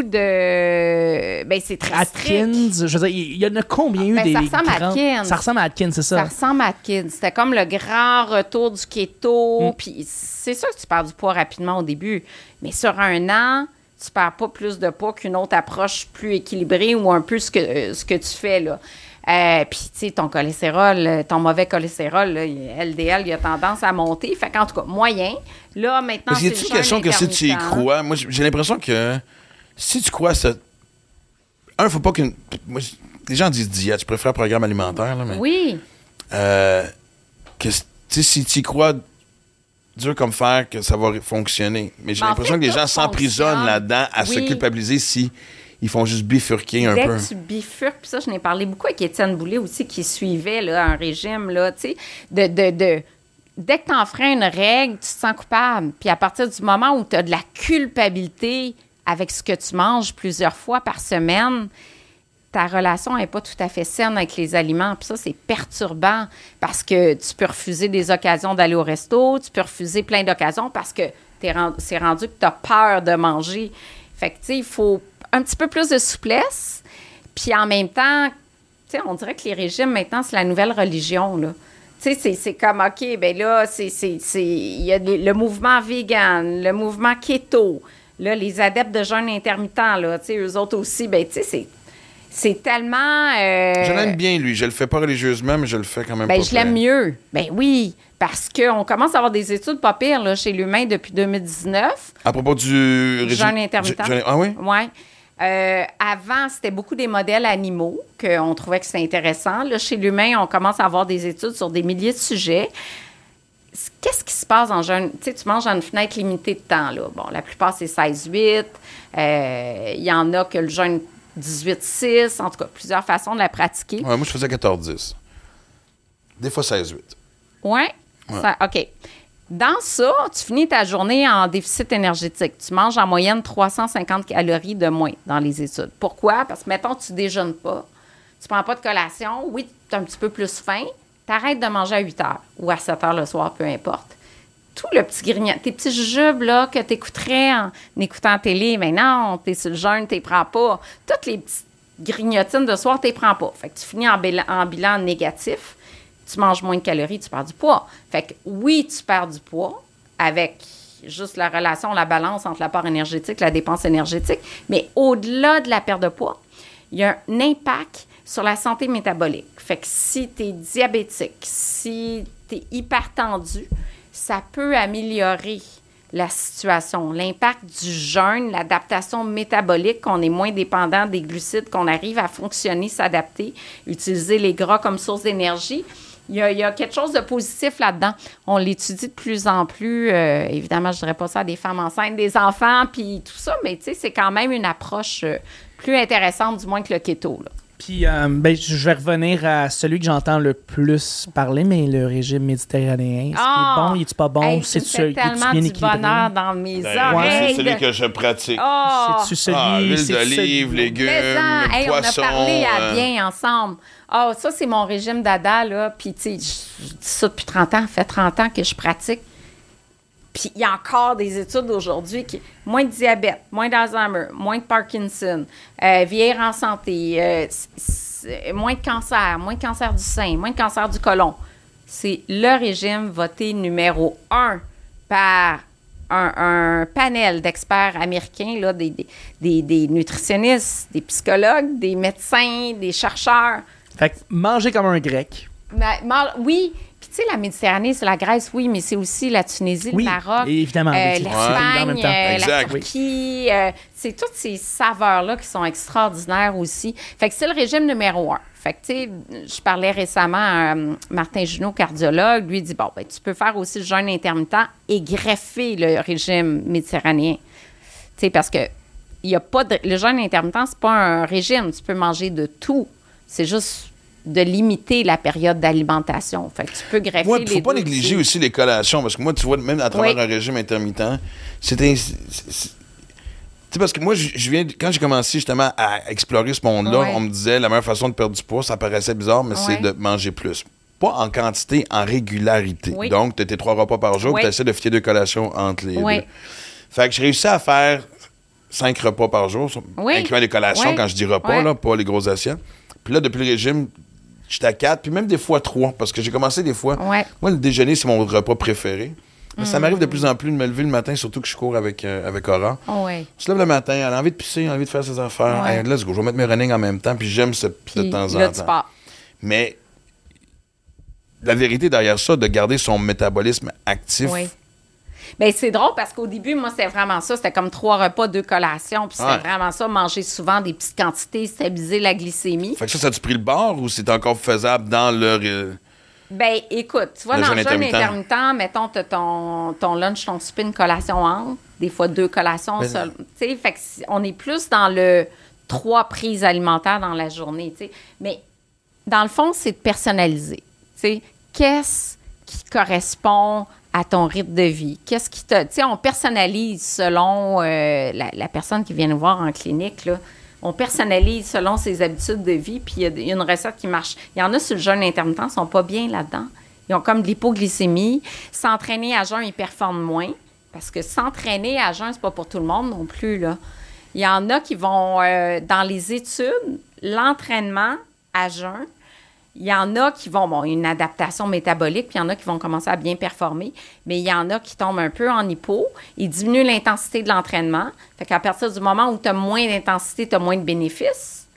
de... Ben, c'est très strict. Atkins, je veux dire, il y en a combien eu Ben, des ça ressemble à grands- Atkins. Ça ressemble à Atkins, c'est Ça ça. ressemble à Atkins. C'était comme le grand retour du keto. Puis c'est sûr que tu perds du poids rapidement au début. Mais sur un an, tu perds pas plus de poids qu'une autre approche plus équilibrée ou un peu ce que tu fais, là. Puis, tu sais, ton cholestérol, ton mauvais cholestérol, là, LDL, il a tendance à monter. Fait qu'en tout cas, moyen. Là, maintenant, Parce qu'il y c'est a-t-il le question jeûne que si tu y intermittent. crois, moi j'ai l'impression que si tu crois à ça. Un, faut pas qu'une. Moi, les gens disent diète, je préfère programme alimentaire, là, mais... Oui. Si tu y crois dur comme fer, que ça va fonctionner. Mais j'ai l'impression que les gens s'emprisonnent là-dedans à se culpabiliser si ils font juste bifurquer un peu. Dès que tu bifurques, puis ça, je n'ai parlé beaucoup avec Étienne Boulay aussi, qui suivait là, un régime, là, tu sais, dès que tu enfreins une règle, tu te sens coupable. Puis à partir du moment où tu as de la culpabilité avec ce que tu manges plusieurs fois par semaine, ta relation n'est pas tout à fait saine avec les aliments. Puis ça, c'est perturbant parce que tu peux refuser des occasions d'aller au resto, tu peux refuser plein d'occasions parce que c'est rendu que tu as peur de manger. Fait que, tu sais, il faut un petit peu plus de souplesse. Puis en même temps, tu sais, on dirait que les régimes, maintenant, c'est la nouvelle religion, là. Tu sais, c'est comme, OK, bien là, il y a le mouvement vegan, le mouvement keto, là, les adeptes de jeûne intermittent, là, tu sais, eux autres aussi, bien, tu sais, c'est tellement... Je l'aime bien, lui. Je le fais pas religieusement, mais je le fais quand même pas. Je l'aime mieux. Ben oui, parce qu'on commence à avoir des études pas pires là, chez l'humain depuis 2019. À propos du régime... Jeûne intermittent. Ah oui? Oui. Avant, c'était beaucoup des modèles animaux qu'on trouvait que c'était intéressant. Là, chez l'humain, on commence à avoir des études sur des milliers de sujets. Qu'est-ce qui se passe en jeûne? Tu sais, tu manges en une fenêtre limitée de temps. Là. Bon, la plupart, c'est 16-8. Il y en a que le jeûne 18-6. En tout cas, plusieurs façons de la pratiquer. Ouais, moi, je faisais 14-10. Des fois 16-8. Oui? OK. Dans ça, tu finis ta journée en déficit énergétique. Tu manges en moyenne 350 calories de moins dans les études. Pourquoi? Parce que, mettons, tu ne déjeunes pas, tu ne prends pas de collation, oui, tu as un petit peu plus faim, tu arrêtes de manger à 8 heures ou à 7 heures le soir, peu importe. Tout le petit grignotage, tes petits jujubes là, que tu écouterais en écoutant la télé, mais non, tu es sur le jeûne, tu les prends pas. Toutes les petites grignotines de soir, tu les prends pas. Fait que tu finis en bilan négatif. Tu manges moins de calories, tu perds du poids. Fait que oui, tu perds du poids avec juste la relation, la balance entre l'apport énergétique, la dépense énergétique. Mais au-delà de la perte de poids, il y a un impact sur la santé métabolique. Fait que si tu es diabétique, si tu es hypertendu, ça peut améliorer la situation. L'impact du jeûne, l'adaptation métabolique, qu'on est moins dépendant des glucides, qu'on arrive à fonctionner, s'adapter, utiliser les gras comme source d'énergie. Il y a quelque chose de positif là-dedans. On l'étudie de plus en plus. Évidemment, je ne dirais pas ça à des femmes enceintes, des enfants, puis tout ça, mais tu sais, c'est quand même une approche plus intéressante, du moins que le keto, là. Puis, je vais revenir à celui que j'entends le plus parler, mais le régime méditerranéen. Est-ce qu'il est bon, il est-tu pas bon? Hey, c'est tellement du bonheur dans mes oreilles. C'est celui que je pratique. C'est-tu celui... huile d'olive, légumes, poissons. On a parlé à bien ensemble. Ça, c'est mon régime dada, là. Puis, tu sais, je dis ça depuis 30 ans. Ça fait 30 ans que je pratique. Puis, il y a encore des études aujourd'hui qui... Moins de diabète, moins d'Alzheimer, moins de Parkinson, vieillir en santé, moins de cancer du sein, moins de cancer du côlon. C'est le régime voté numéro 1 par un panel d'experts américains, là, des nutritionnistes, des psychologues, des médecins, des chercheurs. Fait que manger comme un Grec. Oui. Puis, tu sais, la Méditerranée, c'est la Grèce, oui, mais c'est aussi la Tunisie, le Maroc, évidemment, l'Espagne, la Turquie. C'est toutes ces saveurs-là qui sont extraordinaires aussi. Fait que c'est le régime numéro 1. Fait que, tu sais, je parlais récemment à Martin Junot, cardiologue. Lui, il dit, bon, ben, tu peux faire aussi le jeûne intermittent et greffer le régime méditerranéen. Tu sais, parce que le jeûne intermittent, c'est pas un régime. Tu peux manger de tout. C'est juste de limiter la période d'alimentation. Fait que tu peux greffer les deux. Il ne faut pas négliger aussi les collations, parce que moi, tu vois, même à travers un régime intermittent, parce que moi, quand j'ai commencé justement à explorer ce monde-là, on me disait la meilleure façon de perdre du poids, ça paraissait bizarre, mais c'est de manger plus. Pas en quantité, en régularité. Donc, tu as tes 3 repas par jour, tu essaies de filer 2 collations entre les deux. Fait que j'ai réussi à faire 5 repas par jour, incluant les collations, quand je dis repas, là, pas les grosses assiettes. Puis là, depuis le régime, j'étais à 4, puis même des fois 3, parce que j'ai commencé des fois. Moi, le déjeuner, c'est mon repas préféré. Mais ça m'arrive de plus en plus de me lever le matin, surtout que je cours avec Aura. On se lève le matin, elle a envie de pisser, elle a envie de faire ses affaires. Hey, let's go, je vais mettre mes running en même temps, puis j'aime ça de temps en temps. Mais la vérité derrière ça, de garder son métabolisme actif, Bien, c'est drôle parce qu'au début, moi, c'était vraiment ça. C'était comme 3 repas, 2 collations. Puis c'était vraiment ça, manger souvent des petites quantités, stabiliser la glycémie. Fait que ça a-tu pris le bord ou c'est encore faisable dans leur... Ben, écoute, tu vois, dans le jeûne intermittent, mettons, t'as ton lunch, ton souper, une collation entre, des fois 2 collations. Tu sais, fait qu'on est plus dans le 3 prises alimentaires dans la journée, tu sais. Mais dans le fond, c'est de personnaliser. Tu sais, qu'est-ce qui correspond à ton rythme de vie? Qu'est-ce qui te... Tu sais, on personnalise selon la personne qui vient nous voir en clinique, là. On personnalise selon ses habitudes de vie, puis il y a une recette qui marche. Il y en a sur le jeûne intermittent, ils sont pas bien là-dedans. Ils ont comme de l'hypoglycémie. S'entraîner à jeûn, ils performent moins, parce que s'entraîner à jeûn, c'est pas pour tout le monde non plus, là. Il y en a qui vont, dans les études, l'entraînement à jeûn, il y en a qui vont, une adaptation métabolique, puis il y en a qui vont commencer à bien performer, mais il y en a qui tombent un peu en hypo. Ils diminuent l'intensité de l'entraînement. Fait qu'à partir du moment où tu as moins d'intensité, tu as moins de bénéfices.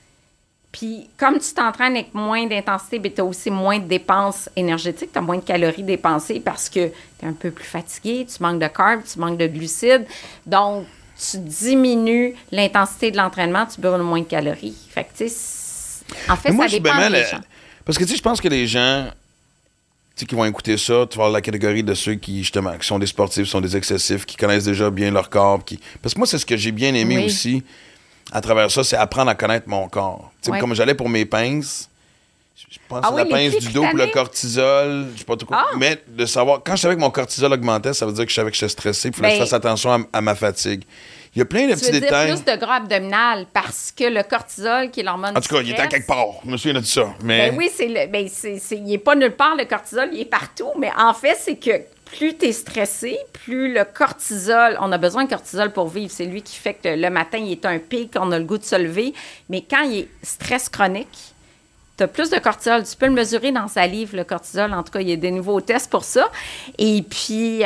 Puis, comme tu t'entraînes avec moins d'intensité, tu as aussi moins de dépenses énergétiques, tu as moins de calories dépensées parce que tu es un peu plus fatigué, tu manques de carbs, tu manques de glucides. Donc, tu diminues l'intensité de l'entraînement, tu brûles moins de calories. Fait que, tu sais, en fait, ça dépend des gens. Parce que, tu sais, je pense que les gens, tu sais, qui vont écouter ça, tu vas avoir la catégorie de ceux qui, justement, qui sont des sportifs, sont des excessifs, qui connaissent déjà bien leur corps. Parce que moi, c'est ce que j'ai bien aimé aussi à travers ça, c'est apprendre à connaître mon corps. Tu sais, comme j'allais pour mes pinces, je pense que la pince du dos pour le cortisol, je sais pas tout quoi. Mais de savoir, quand je savais que mon cortisol augmentait, ça veut dire que je savais que j'étais stressé, il fallait que je fasse attention à ma fatigue. Il y a plein de petits détails. Plus de gras abdominal parce que le cortisol, qui est l'hormone du stress... En tout cas, il est à quelque part. Je me souviens de ça. Mais... Ben oui, il n'est pas nulle part, le cortisol, il est partout. Mais en fait, c'est que plus tu es stressé, plus le cortisol... On a besoin de cortisol pour vivre. C'est lui qui fait que le matin, il est un pic, on a le goût de se lever. Mais quand il est stress chronique, tu as plus de cortisol. Tu peux le mesurer dans salive, le cortisol. En tout cas, il y a des nouveaux tests pour ça. Et puis...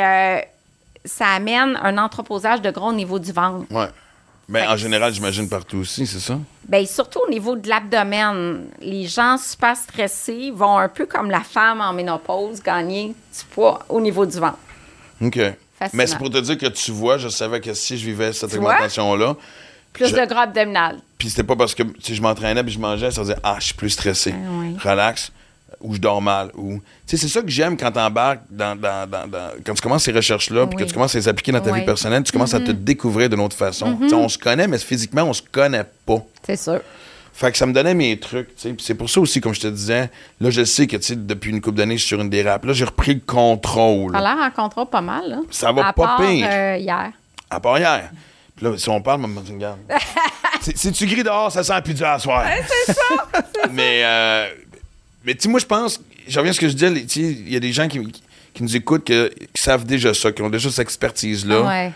ça amène un entreposage de gras au niveau du ventre. Oui. Mais en général, j'imagine partout aussi, c'est ça? Bien, surtout au niveau de l'abdomen. Les gens super stressés vont un peu comme la femme en ménopause gagner du poids au niveau du ventre. OK. Fascinant. Mais c'est pour te dire que tu vois, je savais que si je vivais cette augmentation-là... Plus de gras abdominal. Puis c'était pas parce que si je m'entraînais puis je mangeais, ça faisait « Ah, je suis plus stressé. Relax. » Ou je dors mal. Ou... Tu sais, c'est ça que j'aime quand tu embarques quand tu commences ces recherches-là, puis que tu commences à les appliquer dans ta vie personnelle, tu commences à te découvrir d'une autre façon. Tu sais, on se connaît, mais physiquement, on se connaît pas. C'est sûr. Fait que ça me donnait mes trucs, tu sais. Puis c'est pour ça aussi, comme je te disais, là, je sais que, tu sais, depuis une couple d'années, je suis sur une dérape. Là, j'ai repris le contrôle. Ça a l'air en contrôle pas mal, là. Ça va pas pire. Hier. À part hier. Puis là, si on parle, maman, regarde. Si tu grilles dehors, ça sent plus dur à soir. C'est ça. Mais tu sais, moi, je pense, je reviens à ce que je disais, tu sais, il y a des gens qui nous écoutent qui savent déjà ça, qui ont déjà cette expertise-là. Ouais.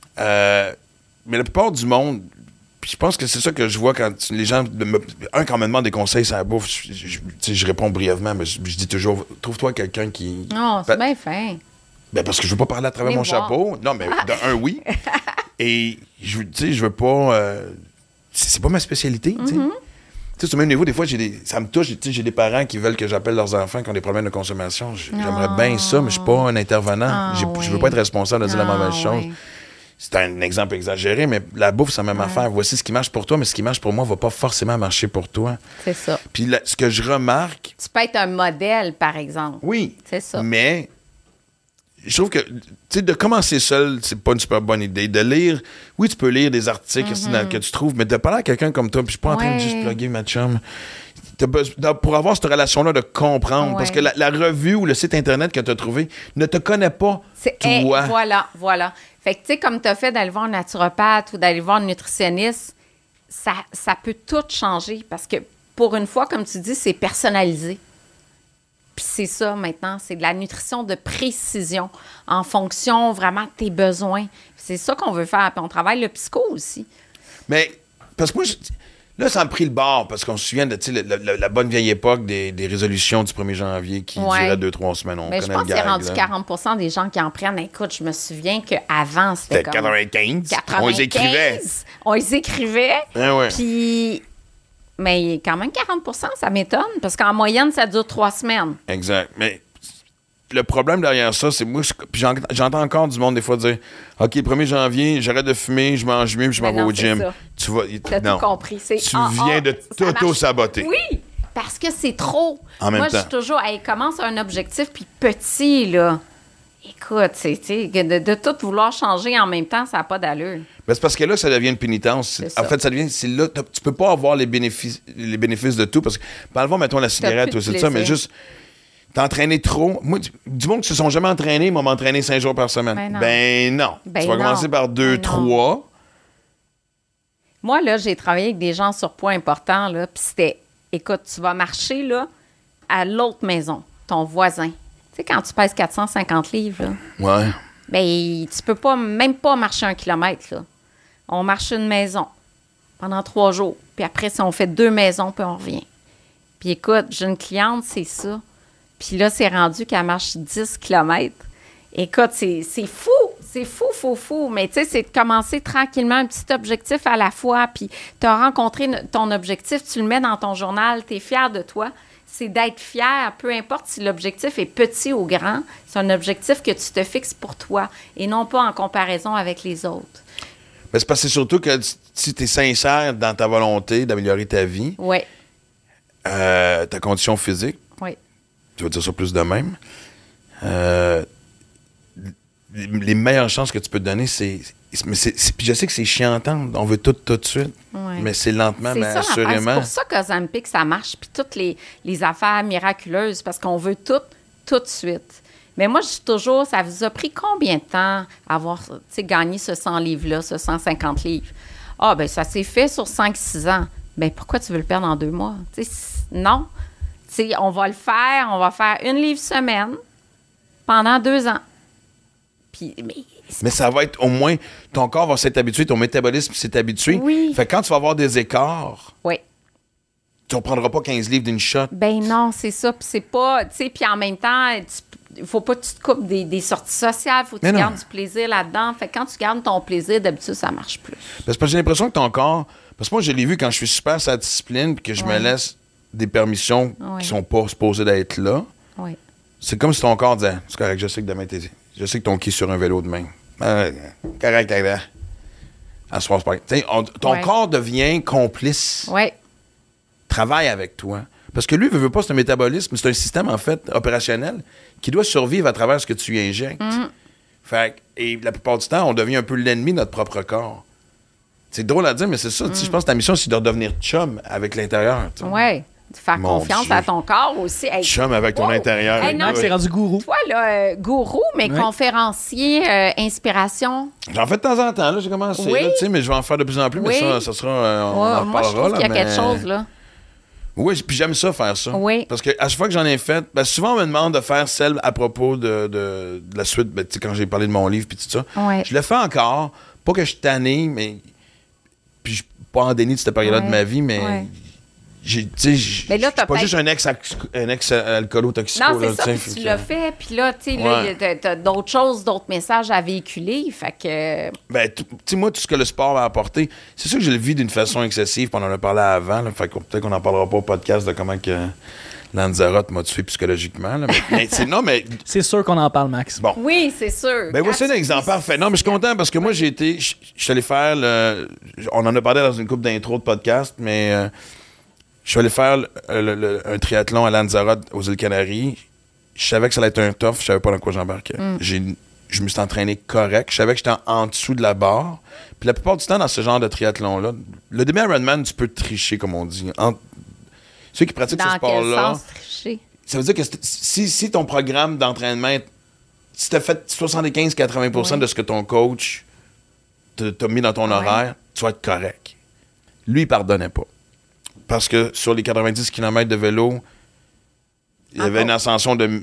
Mais la plupart du monde, puis je pense que c'est ça que je vois quand les gens, quand on me demande des conseils sur la bouffe, je réponds brièvement, mais je dis toujours, trouve-toi quelqu'un qui... Non, c'est bien fin. Ben parce que je veux pas parler à travers mon chapeau. Non, mais oui. Et, tu sais, je veux pas... c'est pas ma spécialité, tu sais. Tu sais, au même niveau, des fois, ça me touche. J'ai des parents qui veulent que j'appelle leurs enfants qui ont des problèmes de consommation. J'aimerais bien ça, mais je suis pas un intervenant. Je veux pas être responsable de dire la mauvaise chose. C'est un exemple exagéré, mais la bouffe, c'est la même affaire. Voici ce qui marche pour toi, mais ce qui marche pour moi va pas forcément marcher pour toi. C'est ça. Puis ce que je remarque... Tu peux être un modèle, par exemple. Oui. C'est ça. Mais... Je trouve que, tu sais, de commencer seul, c'est pas une super bonne idée. De lire, oui, tu peux lire des articles que tu trouves, mais de parler à quelqu'un comme toi, puis je suis pas en train de juste plugger ma chum. Pour avoir cette relation-là, de comprendre. Parce que la revue ou le site Internet que tu as trouvé ne te connaît pas, toi. Voilà. Fait que, tu sais, comme tu as fait d'aller voir un naturopathe ou d'aller voir un nutritionniste, ça peut tout changer parce que, pour une fois, comme tu dis, c'est personnalisé. Puis c'est ça maintenant, c'est de la nutrition de précision en fonction vraiment de tes besoins. C'est ça qu'on veut faire. Puis on travaille le psycho aussi. Mais, parce que moi, là, ça a pris le bord, parce qu'on se souvient de la bonne vieille époque des résolutions du 1er janvier qui duraient 2-3 semaines. Mais je pense qu'il y a rendu 40% des gens qui en prennent. Écoute, je me souviens qu'avant, c'était comme... 95. On les écrivait. On les écrivait. Puis... Mais quand même 40%, ça m'étonne, parce qu'en moyenne, ça dure 3 semaines. Exact. Mais le problème derrière ça, c'est moi, puis j'entends encore du monde des fois dire OK, le 1er janvier, j'arrête de fumer, je mange mieux, puis je m'en vais au gym. Tu vas. T'as tout compris. Tu viens de t'auto-saboter. Oui, parce que c'est trop. En même temps. Moi, je suis toujours, commence un objectif, puis petit, là. Écoute, de tout vouloir changer en même temps, ça n'a pas d'allure. Ben, c'est parce que là, ça devient une pénitence. En fait, c'est là, tu peux pas avoir les bénéfices de tout. Parce que, enlevons, mettons, la cigarette ou c'est ça, mais juste, t'entraîner trop. Moi, du monde qui se sont jamais entraînés, ils vont m'entraîner 5 jours par semaine. Ben non. Tu vas commencer par 2, 3. Moi, là, j'ai travaillé avec des gens en surpoids important, là, puis c'était, écoute, tu vas marcher, là, à l'autre maison, ton voisin. Tu sais, quand tu pèses 450 livres, là, ouais. Ben, tu peux même pas marcher 1 kilomètre, là. On marche une maison pendant 3 jours. Puis après, si on fait 2 maisons, puis on revient. Puis écoute, j'ai une cliente, c'est ça. Puis là, c'est rendu qu'elle marche 10 kilomètres. Écoute, c'est fou. C'est fou. Mais tu sais, c'est de commencer tranquillement un petit objectif à la fois. Puis tu as rencontré ton objectif, tu le mets dans ton journal, tu es fier de toi. C'est d'être fier, peu importe si l'objectif est petit ou grand, c'est un objectif que tu te fixes pour toi et non pas en comparaison avec les autres. Ben, c'est parce que c'est surtout que si tu es sincère dans ta volonté d'améliorer ta vie, ta condition physique, tu vas dire ça plus de même, les meilleures chances que tu peux te donner, puis je sais que c'est chiant à entendre, on veut tout de suite, mais c'est lentement, mais assurément. C'est pour ça qu'Ozempic, ça marche, puis toutes les affaires miraculeuses, parce qu'on veut tout de suite. Mais moi, je dis toujours, ça vous a pris combien de temps avoir gagné ce 100 livres-là, ce 150 livres? Ah, ben ça s'est fait sur 5-6 ans. Ben pourquoi tu veux le perdre en 2 mois? Non. On va le faire, on va faire 1 livre semaine pendant 2 ans. Puis, mais ça va être au moins, ton corps va s'être habitué, ton métabolisme s'est habitué. Oui. Fait que quand tu vas avoir des écarts, tu ne reprendras pas 15 livres d'une shot. Ben non, c'est ça. Puis c'est pas, tu sais, puis en même temps, il faut pas que tu te coupes des sorties sociales, il faut que tu gardes du plaisir là-dedans. Fait que quand tu gardes ton plaisir, d'habitude, ça marche plus. Parce que j'ai l'impression que ton corps, parce que moi, je l'ai vu quand je suis super sur la discipline puis que je me laisse des permissions qui sont pas supposées d'être là. Oui. C'est comme si ton corps disait, c'est correct, je sais que demain, je sais que ton qui est sur un vélo demain. Correct. À ce soir, ton corps devient complice. Oui. Travaille avec toi. Parce que lui, il veut pas, c'est un métabolisme, c'est un système, en fait, opérationnel qui doit survivre à travers ce que tu lui injectes. Fait et la plupart du temps, on devient un peu l'ennemi de notre propre corps. C'est drôle à dire, mais c'est ça. Je pense que ta mission, c'est de redevenir chum avec l'intérieur. Oui. De faire confiance à ton corps aussi. Hey, chum avec ton intérieur. Hey, non, c'est rendu gourou. Toi, là, gourou, mais conférencier, inspiration. J'en fais de temps en temps, là, j'ai commencé, là, mais je vais en faire de plus en plus, mais ça sera, on en moi, reparlera. Je trouve qu'il y a quelque chose, là. Oui, puis j'aime ça, faire ça. Oui. Parce qu'à chaque fois que j'en ai fait, souvent on me demande de faire celle à propos de la suite, quand j'ai parlé de mon livre puis tout ça. Je le fais encore, pas que je suis tanné, mais puis je suis pas en déni de cette période-là de ma vie, mais je suis pas juste un ex-alcoolo-toxico. Non, c'est ça, puis tu l'as fait, puis là, tu sais, t'as d'autres choses, d'autres messages à véhiculer, fait que... Ben, tu sais, moi, tout ce que le sport m'a apporté, c'est sûr que je le vis d'une façon excessive, puis on en a parlé avant, là, fait que peut-être qu'on n'en parlera pas au podcast de comment que Lanzarote m'a tué psychologiquement, là, mais c'est sûr qu'on en parle, Max. Bon. Oui, c'est sûr. Ben, voici un exemple parfait. Non, mais je suis content parce que moi, je suis allé faire on en a parlé dans une couple d'intro de podcast, mais... je suis allé faire un triathlon à Lanzarote, aux îles Canaries. Je savais que ça allait être un tough. Je savais pas dans quoi j'embarquais. Je me suis entraîné correct. Je savais que j'étais en dessous de la barre. Puis la plupart du temps, dans ce genre de triathlon-là, le demi-Ironman, tu peux tricher, comme on dit. Ceux qui pratiquent ce sport-là... Dans quel sens tricher? Ça veut dire que si ton programme d'entraînement... Si tu as fait 75-80% de ce que ton coach t'a mis dans ton horaire, tu vas être correct. Lui, il pardonnait pas. Parce que sur les 90 km de vélo, il y avait une ascension de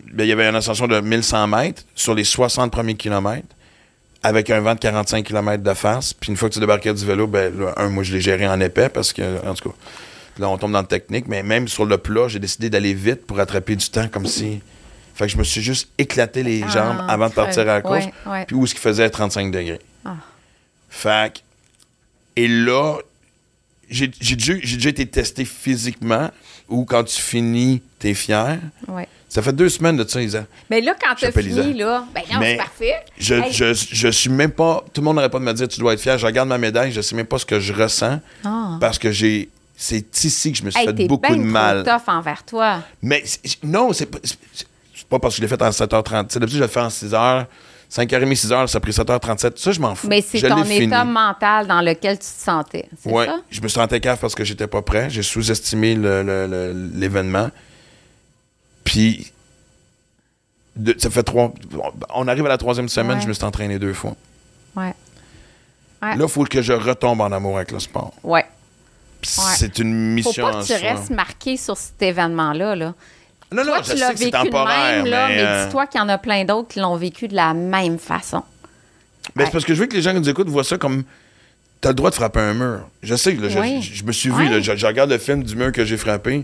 1100 mètres sur les 60 premiers kilomètres avec un vent de 45 km de face. Puis une fois que tu débarquais du vélo, moi, je l'ai géré en épais parce que, en tout cas, là, on tombe dans le technique. Mais même sur le plat, j'ai décidé d'aller vite pour attraper du temps comme si... Fait que je me suis juste éclaté les jambes avant de partir à la course. Puis où est-ce qu'il faisait 35 degrés. Fait que... Et là... j'ai déjà été testé physiquement, ou quand tu finis, t'es fier. Ouais. Ça fait 2 semaines de ça, Isa. Mais là, quand t'as J'appelle fini, Isa. là, ben non, Mais c'est parfait. Hey. je suis même pas... Tout le monde n'arrête pas de me dire, tu dois être fier. Je regarde ma médaille, je sais même pas ce que je ressens, parce que c'est ici que je me suis fait beaucoup de mal. T'es tough envers toi. Mais non, c'est pas parce que je l'ai fait en 7h37. D'habitude, je le fais en 6h. 5h30, 6h, ça a pris 7h37. Ça, je m'en fous. Mais c'est je ton l'ai fini. état mental dans lequel tu te sentais, c'est Ouais, ça? je me sentais cave parce que j'étais pas prêt. J'ai sous-estimé l'événement. Puis, ça fait 3... On arrive à la 3e semaine, Ouais. je me suis entraîné 2 fois. Ouais. Là, il faut que je retombe en amour avec le sport. Ouais. Puis Ouais. c'est une Faut mission pas en que tu soi. restes marqué sur cet événement-là, là. Non, Toi, je tu l'as sais que c'est vécu de temporaire, même, là, mais mais dis-toi qu'il y en a plein d'autres qui l'ont vécu de la même façon. Ben, c'est parce que je veux que les gens qui nous écoutent voient ça comme... T'as le droit de frapper un mur. Je sais, là, Oui. je me suis vu, là, je regarde le film du mur que j'ai frappé,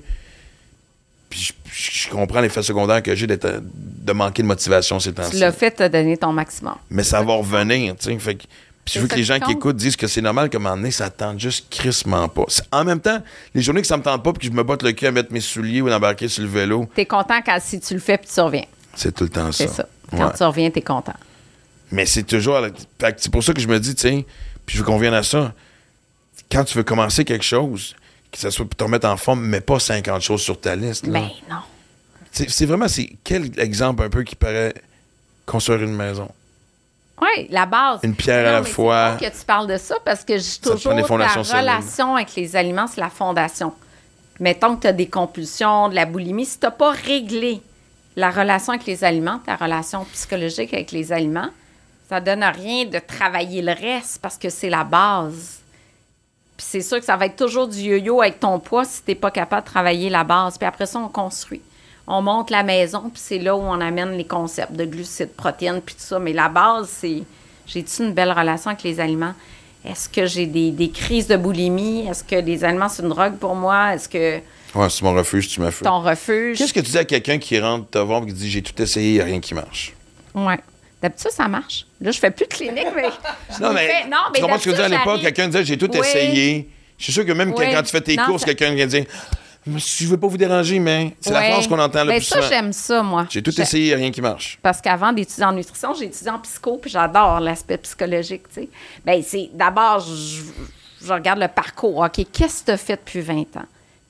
puis je comprends l'effet secondaire que j'ai de manquer de motivation ces temps-ci. Tu l'as fait, t'as donné ton maximum. Mais ça va revenir, tu sais. Fait que... Puis je veux C'est que les ça gens qui qui compte. écoutent disent que c'est normal qu'à un moment donné, ça tente juste crissement pas. En même temps, les journées que ça me tente pas puis que je me botte le cul à mettre mes souliers ou d'embarquer sur le vélo, T'es content quand si tu le fais puis tu reviens. c'est tout le temps ça. C'est ça. Quand Ouais. tu reviens, t'es content. Mais c'est toujours... Fait que c'est pour ça que je me dis, tu sais, puis je veux qu'on vienne à ça. Quand tu veux commencer quelque chose, que ça soit pour te remettre en forme, mais pas 50 choses sur ta liste. Là. Ben non. C'est vraiment... Quel exemple un peu qui paraît construire une maison? Oui, la base. Une pierre à la mais fois. C'est bon que tu parles de ça parce que je te prend toujours des fondations la solides. relation avec les aliments, c'est la fondation. Mettons que tu as des compulsions, de la boulimie, si tu n'as pas réglé la relation avec les aliments, ta relation psychologique avec les aliments, ça donne rien de travailler le reste parce que c'est la base. Puis c'est sûr que ça va être toujours du yo-yo avec ton poids si tu n'es pas capable de travailler la base. Puis après ça, on construit. On monte la maison, puis c'est là où on amène les concepts de glucides, protéines, puis tout ça. Mais la base, c'est, j'ai-tu une belle relation avec les aliments? Est-ce que j'ai des crises de boulimie? Est-ce que les aliments, c'est une drogue pour moi? Est-ce que Ouais, c'est mon refuge, tu m'as fait. ton refuge? Qu'est-ce que tu dis à quelqu'un qui rentre te voir et qui dit « J'ai tout essayé, il n'y a rien qui marche Ouais. D'habitude, ça marche. Là, je fais plus de clinique, mais... » Non, mais tu comprends ce que je dis à l'époque? d'habitude, Quelqu'un disait « J'ai tout Oui. essayé. » Je suis sûr que même Oui. quand tu fais tes Non, courses, ça- quelqu'un vient dire « Je veux pas vous déranger, mais c'est la Ouais. phrase qu'on entend le Ben, plus ça, souvent. j'aime ça, moi. J'ai tout essayé, il n'y a rien qui marche. Parce qu'avant d'étudier en nutrition, j'ai étudié en psycho, puis j'adore l'aspect psychologique, tu sais. Bien, c'est... D'abord, je regarde le parcours. OK, qu'est-ce que tu as fait depuis 20 ans?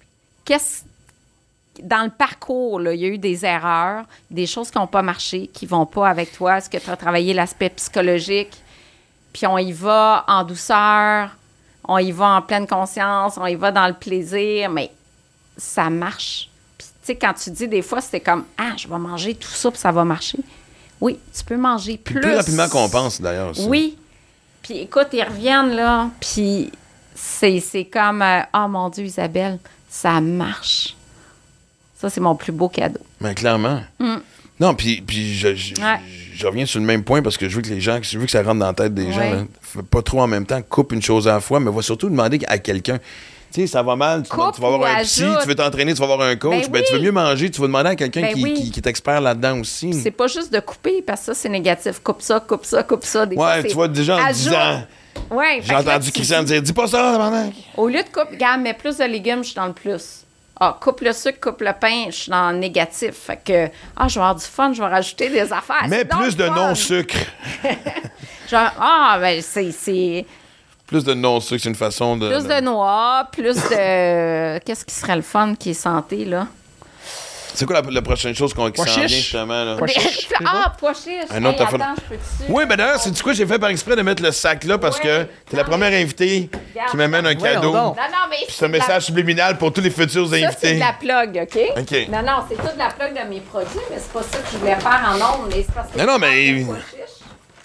Dans le parcours, là, il y a eu des erreurs, des choses qui n'ont pas marché, qui ne vont pas avec toi. Est-ce que tu as travaillé l'aspect psychologique? Puis on y va en douceur, on y va en pleine conscience, on y va dans le plaisir, mais ça marche. Puis, tu sais, quand tu dis des fois, c'est comme « Ah, je vais manger tout ça, puis ça va marcher. » Oui, tu peux manger Puis plus rapidement qu'on pense, d'ailleurs. ça. Oui. Puis écoute, ils reviennent, là, puis c'est comme « Ah, mon Dieu, Isabelle, ça marche. » Ça, c'est mon plus beau cadeau. Mais clairement. Non, puis Ouais. je reviens sur le même point parce que je veux que les gens, je veux que ça rentre dans la tête des gens. Ouais. Là. Fais pas trop en même temps, coupe une chose à la fois, mais va surtout demander à quelqu'un. Tu sais, ça va mal, tu Coupe vas avoir ou un psy, ajoute. tu veux t'entraîner, tu vas avoir un coach, Ben tu veux oui. mieux manger, tu vas demander à quelqu'un Ben qui, oui. qui est expert là-dedans aussi. C'est pas juste de couper, parce que ça, c'est négatif. Coupe ça, coupe ça, coupe ça. Des fois, Ouais, c'est tu vois, déjà en ajoute. 10 ans, Ouais, j'ai fait que là, entendu tu Christian dis, dire « Dis pas ça, tabarnak! au lieu de couper, regarde, mets plus de légumes, je suis dans le plus. Ah, coupe le sucre, coupe le pain, je suis dans le négatif. Fait que, je vais avoir du fun, je vais rajouter des affaires. Mais C'est donc plus de le fun. non-sucre. Genre, ben, c'est Plus de non-sucre, c'est une façon de... plus de noix, plus de. Qu'est-ce qui serait le fun qui est santé, là? C'est quoi la prochaine chose qui s'en vient, chiche. justement? Là? Pois chiche. Pois chiche. Un autre Hey, affaire- attends, je peux-tu? Oui, ben d'ailleurs, c'est du quoi j'ai fait par exprès de mettre le sac là parce que t'es la première invitée qui m'amène un cadeau. donc. Non, mais C'est un message subliminal pour tous les futurs Ça, c'est invités. de la plug, OK? OK. Non, c'est tout de la plug de mes produits, mais c'est pas ça que je voulais faire en ondes, mais c'est parce que... Non, mais- Des pois chiches.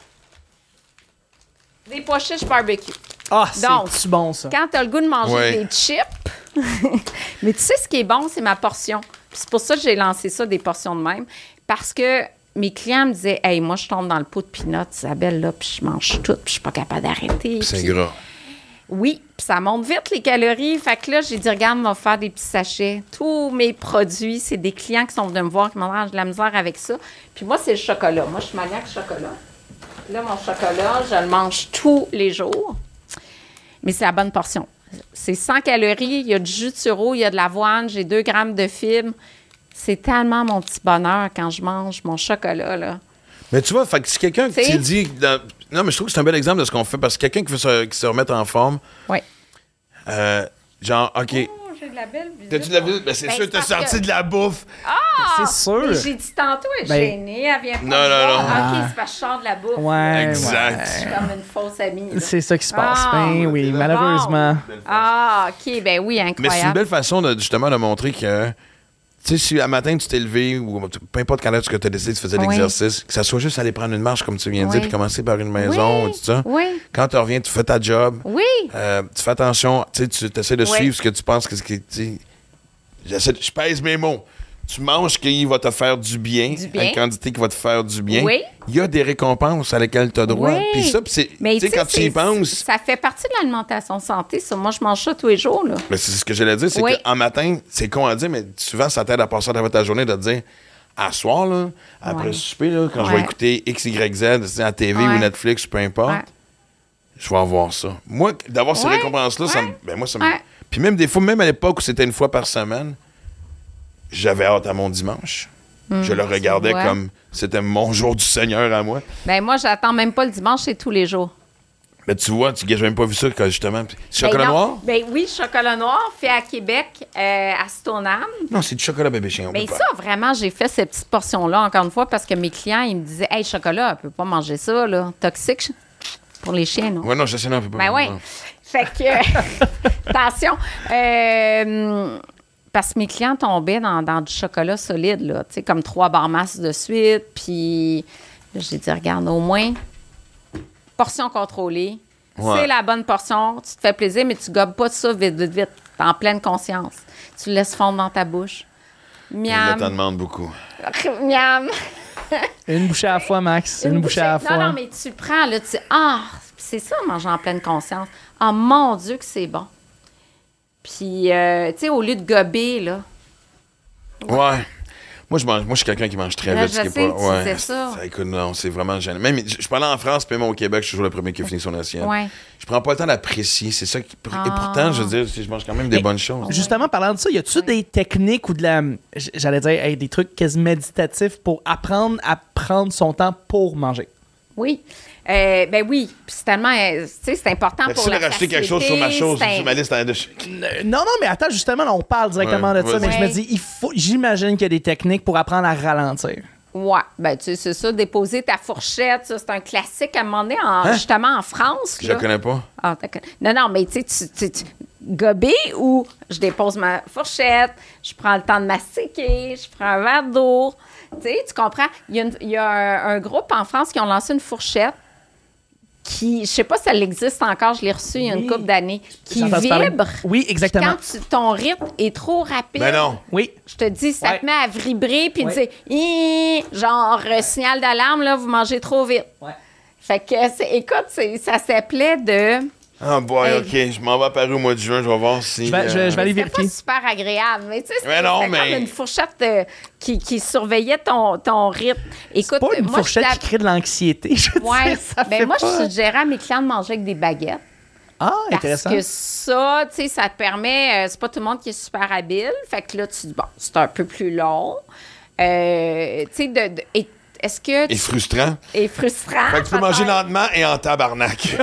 Des pois chiches barbecue. Ah, Donc, c'est bon, ça. Quand t'as le goût de manger Ouais. des chips, mais tu sais ce qui est bon, c'est ma portion. Puis c'est pour ça que j'ai lancé ça, des portions de même, parce que mes clients me disaient « Hey, moi, je tombe dans le pot de peanuts, Isabelle, là, puis je mange tout, puis je suis pas capable d'arrêter. » C'est Puis- gras. Oui, puis ça monte vite les calories. Fait que là, j'ai dit, regarde, on va faire des petits sachets. Tous mes produits, c'est des clients qui sont venus me voir, qui m'ont dit, j'ai de la misère avec ça. Puis moi, c'est le chocolat. Moi, je suis maniaque chocolat. Là, mon chocolat, je le mange tous les jours. Mais c'est la bonne portion. C'est 100 calories, il y a du jus de sureau, il y a de l'avoine, j'ai 2 grammes de fibres. C'est tellement mon petit bonheur quand je mange mon chocolat, là. Mais tu vois, fait que si quelqu'un qui T'sais? dit... Non, mais je trouve que c'est un bel exemple de ce qu'on fait, parce que quelqu'un qui veut se remettre en forme, Oui. genre, OK... J'ai de la belle visite. T'as-tu de la visite? Ben, c'est sûr que t'as sorti de la bouffe. Ah! C'est sûr. Mais j'ai dit tantôt, elle est Ben, gênée, elle vient pas non, me non, voir. non. OK, c'est parce que je sors de la bouffe. Ouais. Exact. Je suis comme une fausse amie. là. C'est ça qui se passe. Ah, Ben oui, bon. malheureusement. Ah, OK, ben oui, Mais c'est une incroyable. belle façon, justement, de montrer que... Tu sais, si un matin, tu t'es levé, ou peu importe quand est-ce que tu as décidé, tu faisais Oui. l'exercice, que ça soit juste aller prendre une marche, comme tu viens de dire, Oui. puis commencer par une maison, Oui. et tout ça. Oui. Quand tu reviens, tu fais ta job. Oui. Tu fais attention, tu sais, tu essaies de Oui. suivre ce que tu penses que je pèse mes mots. Tu manges ce qui va te faire du bien, Du bien. une quantité qui va te faire du bien. Oui. Il y a des récompenses à lesquelles tu as droit. Oui. Puis ça, puis c'est, Mais tu sais, quand tu y c'est- penses, ça fait partie de l'alimentation santé, ça. Moi, je mange ça tous les jours, là. ben, c'est ce que j'allais dire, c'est Oui. qu'en matin, c'est con à dire, mais souvent, ça t'aide à passer à travers ta journée de te dire, à soir, là, après Ouais. le souper, là, quand je Ouais. vais écouter XYZ, à TV Ouais. ou Netflix, peu importe, Ouais. je vais avoir ça. Moi, d'avoir ces Ouais. récompenses-là, ça me. Ouais. Ben moi, ça me. Ouais. Puis même des fois, même à l'époque où c'était une fois par semaine, j'avais hâte à mon dimanche. Je le regardais vois. comme c'était mon jour du Seigneur à moi. Ben moi, j'attends même pas le dimanche, c'est tous les jours. Mais tu vois, j'ai même pas vu ça, que, justement. Chocolat Ben non. noir? Ben oui, chocolat noir fait à Québec, à Stoneham. Non, c'est du chocolat bébé chien. on Mais peut ça, vraiment, j'ai fait ces petites portions-là, encore une fois, parce que mes clients, ils me disaient, hey, chocolat, on peut pas manger ça, là. Toxique pour les chiens, non? pas. Ouais, non, je sais, non, on peut pas. Ben oui. Non. Fait que, attention. Parce que mes clients tombaient dans du chocolat solide, là, tu sais, comme 3 barres masses de suite. Puis là, j'ai dit, regarde, au moins, portion contrôlée. Ouais. C'est la bonne portion. Tu te fais plaisir, mais tu gobes pas de ça vite, vite, vite. T'es en pleine conscience. Tu le laisses fondre dans ta bouche. Là, t'en Miam. demandes beaucoup. Miam. Une bouchée à la fois, Max. Une bouchée à la fois. Non, mais tu le prends, là, tu c'est ça, manger en pleine conscience. Ah, mon Dieu, que c'est bon. Puis, tu sais, au lieu de gober, là. Ouais. Moi, je suis quelqu'un qui mange très Là, vite. je ce qui est sais, pas... tu ouais. disais ça. Écoute, non, c'est vraiment gênant. Même, je parlais en France, puis même au Québec, je suis toujours le premier qui a fini son assiette. Ouais. Je prends pas le temps d'apprécier. C'est ça qui. Et Ah. pourtant, je veux dire, je mange quand même des bonnes choses. Justement, parlant de ça, y a-tu des techniques ou de la. J'allais dire, hey, des trucs quasi méditatifs pour apprendre à prendre son temps pour manger? Oui. Ben oui. Puis c'est tellement. Tu sais, c'est important Mais pour tu la veux rajouter quelque chose sur ma chose, facilité, sur ma liste en dessus. Non, non, mais attends, justement, là, on parle directement Ouais, de ça, mais vas-y. je me dis, j'imagine qu'il y a des techniques pour apprendre à ralentir. Ouais, ben tu sais, c'est ça, déposer ta fourchette, ça, c'est un classique à un moment donné, justement en France. Je là. la connais pas. Ah, d'accord. Non, mais tu sais, tu gober ou je dépose ma fourchette, je prends le temps de mastiquer, je prends un verre d'eau. Tu sais, tu comprends? Il y a un groupe en France qui ont lancé une fourchette qui, je sais pas si elle existe encore, je l'ai reçue il y a une Oui. couple d'années, qui J'ai entendu parler. vibre. Oui, exactement. Quand ton rythme est trop rapide, Ben non. Oui. je te dis, ça Ouais. te met à vibrer puis Ouais. dire, genre, signal d'alarme, là, vous mangez trop vite. Ouais. Fait que, écoute, ça s'appelait de... Ah, boy, Hey. OK. Je m'en vais à Paris au mois de juin. Je vais voir si. Je vais aller C'était vérifier. pas super agréable, mais tu sais, Mais non, c'était mais- comme une fourchette qui surveillait ton rythme. Écoute, C'est pas une moi, fourchette je qui crée de l'anxiété. Je veux Ouais, dire, ça ben fait moi, pas- je suggérais à mes clients de manger avec des baguettes. Ah, Parce intéressant. que ça, tu sais, ça te permet... c'est pas tout le monde qui est super habile. Fait que là, tu dis, bon, c'est un peu plus long. Tu sais, est-ce que... Et frustrant. Et frustrant. Fait que tu peux manger peut-être. lentement et en tabarnak.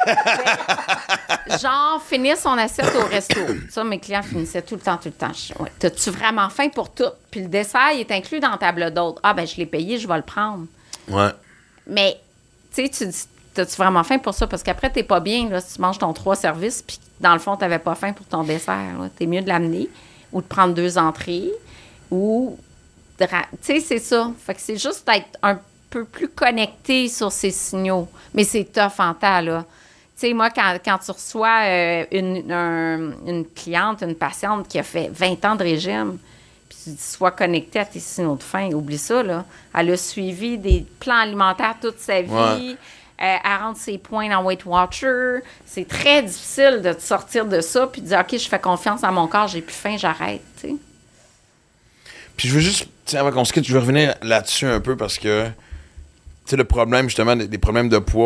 Genre, finir son assiette au resto. Ça, mes clients finissaient tout le temps. Ouais. T'as-tu vraiment faim pour tout? Puis le dessert, il est inclus dans la table d'hôte. Ah, ben je l'ai payé, je vais le prendre. Ouais. Mais, tu sais, tu dis, t'as-tu vraiment faim pour ça? Parce qu'après, t'es pas bien, là, si tu manges ton 3 services, puis dans le fond, t'avais pas faim pour ton dessert. là. T'es mieux de l'amener, ou de prendre 2 entrées, ou... Tu sais, c'est ça. Fait que c'est juste d'être un peu plus connecté sur ces signaux. Mais c'est tough en temps, là. Tu sais, moi, quand tu reçois une cliente, une patiente qui a fait 20 ans de régime, puis tu dis, sois connecté à tes signaux de faim, oublie ça, là. Elle a suivi des plans alimentaires toute sa vie. Ouais. Elle rentre ses points dans Weight Watcher. C'est très difficile de te sortir de ça puis de dire, OK, je fais confiance à mon corps, j'ai plus faim, j'arrête, tu sais. Puis je veux juste, tu sais, avant qu'on se quitte, je veux revenir là-dessus un peu parce que, tu sais, le problème, justement, des problèmes de poids,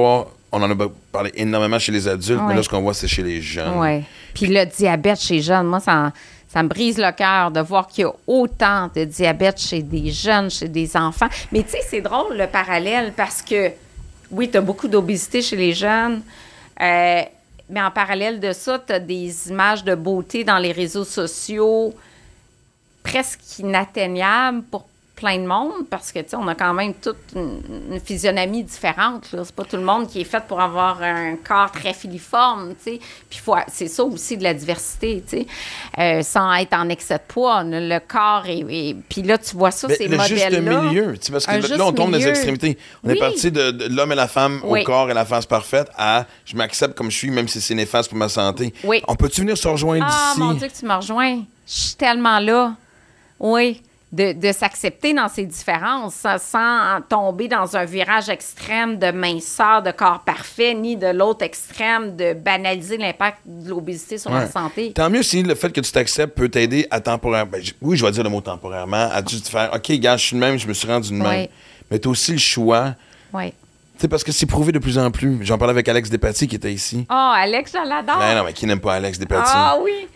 on en a parlé énormément chez les adultes, mais là, ce qu'on voit, c'est chez les jeunes. Oui. Puis le diabète chez les jeunes, moi, ça me brise le cœur de voir qu'il y a autant de diabète chez des jeunes, chez des enfants. Mais tu sais, c'est drôle le parallèle parce que, oui, tu as beaucoup d'obésité chez les jeunes, mais en parallèle de ça, tu as des images de beauté dans les réseaux sociaux presque inatteignables pour plein de monde parce que, tu sais, on a quand même toute une physionomie différente, là. C'est pas tout le monde qui est fait pour avoir un corps très filiforme, tu sais. Puis c'est ça aussi de la diversité, tu sais. Sans être en excès de poids, le corps est... Puis là, tu vois ça, ces modèles-là. Le juste milieu, tu sais, parce que là, on tombe dans les extrémités. On est parti de l'homme et la femme au corps et la face parfaite à je m'accepte comme je suis, même si c'est néfaste pour ma santé. Oui. On peut-tu venir se rejoindre ici? Ah, mon Dieu, que tu me rejoins. Je suis tellement là. Oui. De s'accepter dans ses différences sans tomber dans un virage extrême de minceur, de corps parfait, ni de l'autre extrême de banaliser l'impact de l'obésité sur la santé. Tant mieux si le fait que tu t'acceptes peut t'aider à temporairement... oui, je vais dire le mot temporairement, à juste faire « OK, gars, je suis le même, je me suis rendu de même. » Mais tu as aussi le choix. Oui. Tu sais, parce que c'est prouvé de plus en plus. J'en parlais avec Alex Despatie qui était ici. Oh, Alex, je l'adore. Non, mais qui n'aime pas Alex Despatie? Ah oui.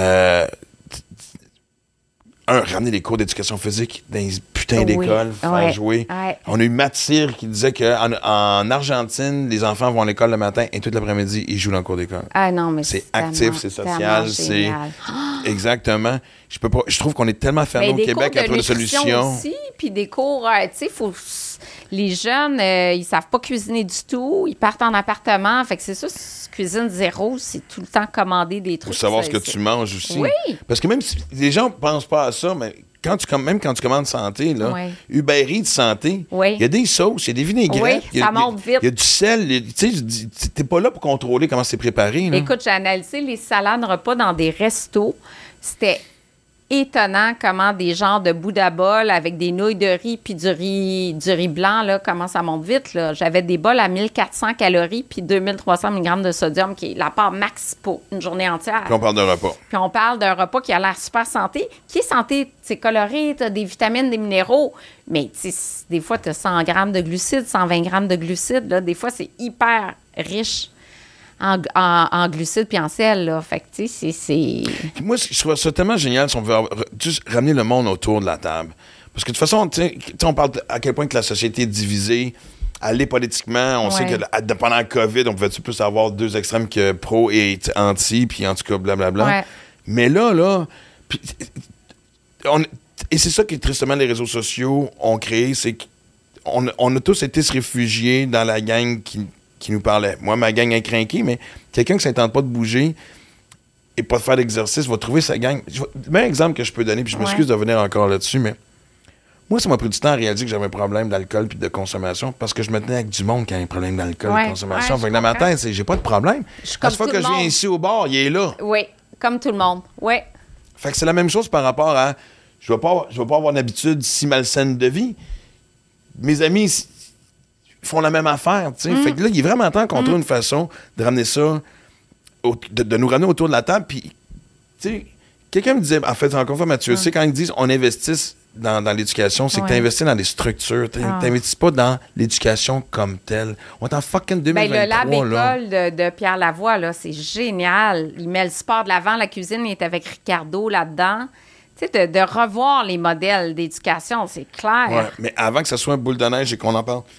Ramener les cours d'éducation physique dans les putains d'écoles, faire jouer. Ouais. On a eu Mathir qui disait qu'en Argentine, les enfants vont à l'école le matin et tout l'après-midi, ils jouent dans le cours d'école. Ah non, mais c'est actif, c'est social, c'est... Exactement. Je trouve qu'on est tellement fermé au Québec à trouver des solutions. Aussi, puis des cours, tu sais, les jeunes, ils savent pas cuisiner du tout, ils partent en appartement, fait que c'est ça, cuisine zéro, c'est tout le temps commander des trucs. Faut savoir ce que tu manges aussi. Oui. Parce que même si les gens pensent pas à ça, mais même quand tu commandes santé, là, Uber Eats santé, il y a des sauces, il y a des vinaigrettes, ça monte vite. Il y a du sel, tu sais, t'es pas là pour contrôler comment c'est préparé. Là. Écoute, j'ai analysé les salades repas dans des restos, c'était étonnant comment des genres de Bouddha bol avec des nouilles de riz puis du riz blanc, là, comment ça monte vite. Là. J'avais des bols à 1400 calories puis 2300 mg de sodium, qui est la part max pour une journée entière. Puis on parle d'un repas. Puis on parle d'un repas qui a l'air super santé, qui est santé, c'est coloré, tu as des vitamines, des minéraux, mais des fois, tu as 100 grammes de glucides, 120 grammes de glucides. Là. Des fois, c'est hyper riche en glucides puis en sel, là. Fait que, tu sais, c'est... Moi, je trouve ça tellement génial si on veut juste ramener le monde autour de la table. Parce que de toute façon, tu sais, on parle à quel point que la société est divisée. Aller politiquement, on sait que pendant la COVID, on pouvait plus avoir deux extrêmes que pro et anti, puis en tout cas, blablabla. Ouais. Mais là, et c'est ça que tristement les réseaux sociaux ont créé, c'est qu'on a tous été se réfugier dans la gang qui nous parlait. Moi, ma gang est crinquée, mais quelqu'un qui ne s'intente pas de bouger et pas de faire d'exercice va trouver sa gang. Le meilleur exemple que je peux donner, puis je m'excuse de revenir encore là-dessus, mais moi, ça m'a pris du temps à réaliser que j'avais un problème d'alcool puis de consommation parce que je me tenais avec du monde qui a un problème d'alcool et de consommation. Fait que dans ma tête, j'ai pas de problème. À chaque fois que je viens ici au bar, il est là. Oui, comme tout le monde. Oui. Fait que c'est la même chose par rapport à... Je vais pas avoir une habitude si malsaine de vie. Mes amis... font la même affaire, tu sais. Fait que là, il est vraiment temps qu'on trouve une façon de ramener ça, de nous ramener autour de la table. Puis, tu sais, quelqu'un me disait, en fait, encore une fois, Mathieu, tu sais, quand ils disent on investisse dans l'éducation, c'est que tu investis dans des structures. Tu n'investis pas dans l'éducation comme telle. On est en fucking 2023, le lab école de Pierre Lavoie, là, c'est génial. Il met le sport de l'avant, la cuisine est avec Ricardo là-dedans. Tu sais, de revoir les modèles d'éducation, c'est clair. Ouais, mais avant que ça soit un boule de neige et qu'on en parle...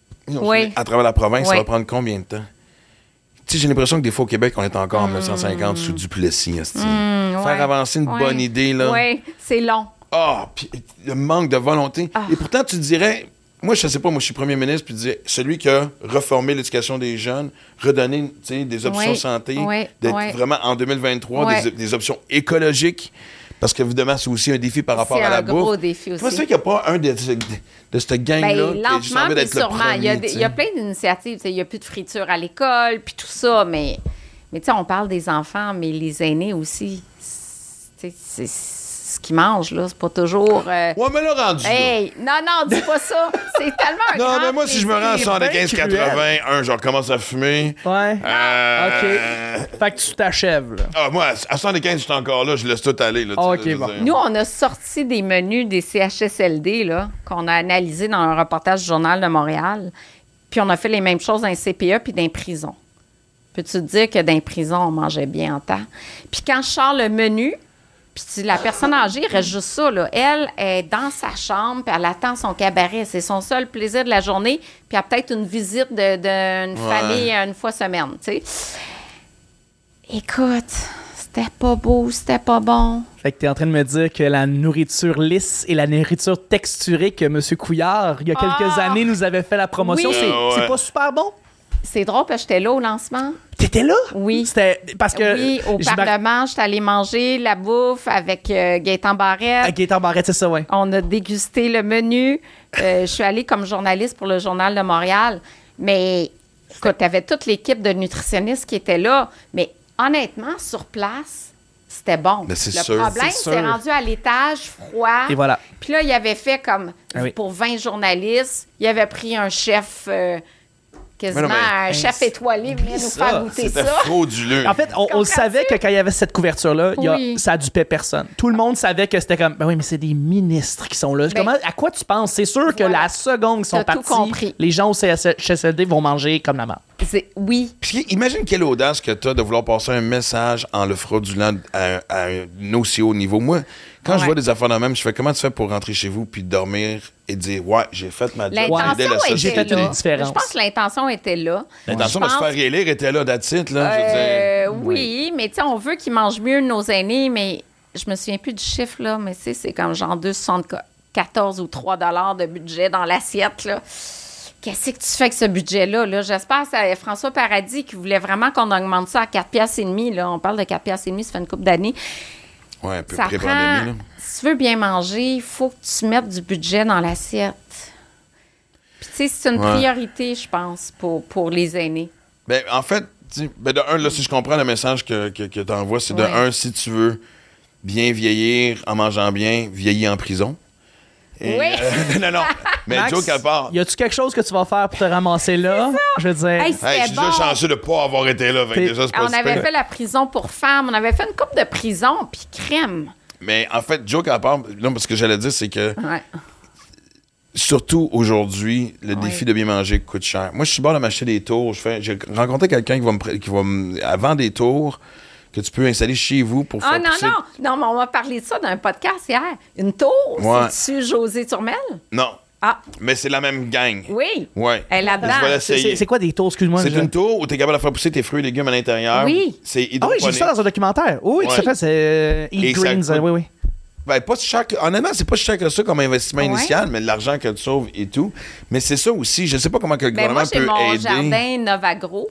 à travers la province, ça va prendre combien de temps? Tu sais, j'ai l'impression que des fois au Québec, on est encore en 1950 sous Duplessis. Faire avancer une bonne idée, là. Oui, c'est long. Puis le manque de volonté. Et pourtant, tu dirais, moi, je sais pas, moi, je suis premier ministre, puis tu disais, celui qui a reformé l'éducation des jeunes, redonné, tu sais, des options santé, d'être vraiment en 2023, des options écologiques. Parce qu'évidemment, c'est aussi un défi par rapport à la bouffe. C'est un gros défi aussi. C'est pour ça qu'il n'y a pas un de cette gang-là qui a juste envie d'être le premier. Il y a plein d'initiatives. Il n'y a plus de friture à l'école, puis tout ça. Mais tu sais, on parle des enfants, mais les aînés aussi. C'est ce qu'ils mangent, là. C'est pas toujours... Ouais, mais là, rendu non, dis pas ça. C'est tellement un Non, mais moi, si je me rends à 75-81, je recommence à fumer. Ouais. OK. Fait que tu t'achèves, là. Moi, à 75, je suis encore là. Je laisse tout aller, là. OK, bon. Nous, on a sorti des menus des CHSLD, là, qu'on a analysés dans un reportage du Journal de Montréal. Puis on a fait les mêmes choses dans les CPE puis dans les prisons. Peux-tu te dire que dans les prisons, on mangeait bien en temps? Puis quand je sors le menu, puis la personne âgée, il reste juste ça, là. Elle est dans sa chambre, puis elle attend son cabaret. C'est son seul plaisir de la journée. Puis elle a peut-être une visite d'une famille une fois semaine, tu sais. Écoute, c'était pas beau, c'était pas bon. Fait que t'es en train de me dire que la nourriture lisse et la nourriture texturée que M. Couillard, il y a quelques années, nous avait fait la promotion, Oui. c'est pas super bon? C'est drôle, parce que j'étais là au lancement. T'étais là? Oui. C'était parce que... Oui, au Parlement, j'étais allée manger la bouffe avec Gaëtan Barrette. À Gaëtan Barrette, c'est ça, oui. On a dégusté le menu. Je suis allée comme journaliste pour le Journal de Montréal. Mais, écoute, t'avais toute l'équipe de nutritionnistes qui était là. Mais honnêtement, sur place, c'était bon. Mais c'est le sûr. problème, C'est sûr. c'est rendu à l'étage froid. Et voilà. Puis là, il avait fait comme Ah oui. pour 20 journalistes. Il avait pris un chef... quasiment Mais un chef étoilé venait nous ça. faire goûter C'était ça. frauduleux. En fait, on le savait que quand il y avait cette couverture-là, Oui. ça dupait personne. Tout le monde savait que c'était comme, ben oui, mais c'est des ministres qui sont là. Ben, À quoi tu penses? C'est sûr que voilà. la seconde qu'ils sont T'as tout partis, compris. les gens au CHSLD vont manger comme la merde. Oui. Puis imagine quelle audace que tu as de vouloir passer un message en le fraudulant à un aussi haut niveau. Moi, quand je Ouais. vois des affaires de même, je fais comment tu fais pour rentrer chez vous puis dormir et dire ouais, j'ai fait ma job, j'ai aidé la L'intention société. J'ai était fait une là. différence. Je pense que l'intention était là. L'intention Je de se pense- faire élire était là, that's it, là. Je veux dire. Oui, mais tu sais, on veut qu'ils mangent mieux nos aînés, mais je me souviens plus du chiffre, là, mais tu sais, c'est comme genre 2,74 ou 3 $ de budget dans l'assiette, là. Qu'est-ce que tu fais avec ce budget-là? Là? J'espère que c'est François Paradis qui voulait vraiment qu'on augmente ça à 4,5 $. Là. On parle de 4,5 $, ça fait une couple d'années. Ouais, un peu Ça pré-pandémie, prend... là. Si tu veux bien manger, il faut que tu mettes du budget dans l'assiette. Puis tu sais, c'est une Ouais. priorité, je pense, pour les aînés. Ben, en fait, ben, de un, là, si je comprends le message que tu envoies, c'est de Ouais. un, si tu veux bien vieillir en mangeant bien, vieillir en prison. Et, Oui. non. Mais Max, joke à part. y a-tu quelque chose que tu vas faire pour te ramasser là? Je veux dire... Hey, Hey, c'était je suis bon. déjà chanceux de ne pas avoir été là. Fait que T'es- déjà, c'est pas On avait super. fait la prison pour femmes. On avait fait une coupe de prison, puis crème. Mais en fait, joke à part, non, parce que j'allais dire, c'est que Ouais. surtout aujourd'hui, le Ouais. défi de bien manger coûte cher. Moi, je suis bon à m'acheter des tours. J'ai rencontré quelqu'un qui va avant des tours que tu peux installer chez vous pour Ah faire non, pousser- non. Non, mais on m'a parlé de ça dans un podcast hier. Une tour, Ouais. c'est-tu José Turmel? Non, Ah, mais c'est la même gang. oui. Ouais. Elle est là-dedans. Je vais l'essayer. C'est quoi des tours, excuse-moi? C'est je- une tour où tu es capable de faire pousser tes fruits et légumes à l'intérieur. Oui. C'est Ah oui, hydroponique. j'ai vu ça dans un documentaire. Oui, tout à Ouais. fait, c'est Et Eat ça Greens. coûte- Oui, oui. Ben, pas si cher que... Honnêtement, c'est pas si cher que ça comme investissement Ouais. initial, mais l'argent que tu sauves et tout. Mais c'est ça aussi. Je sais pas comment que le Ben gouvernement moi, j'ai peut mon aider. jardin Novagro.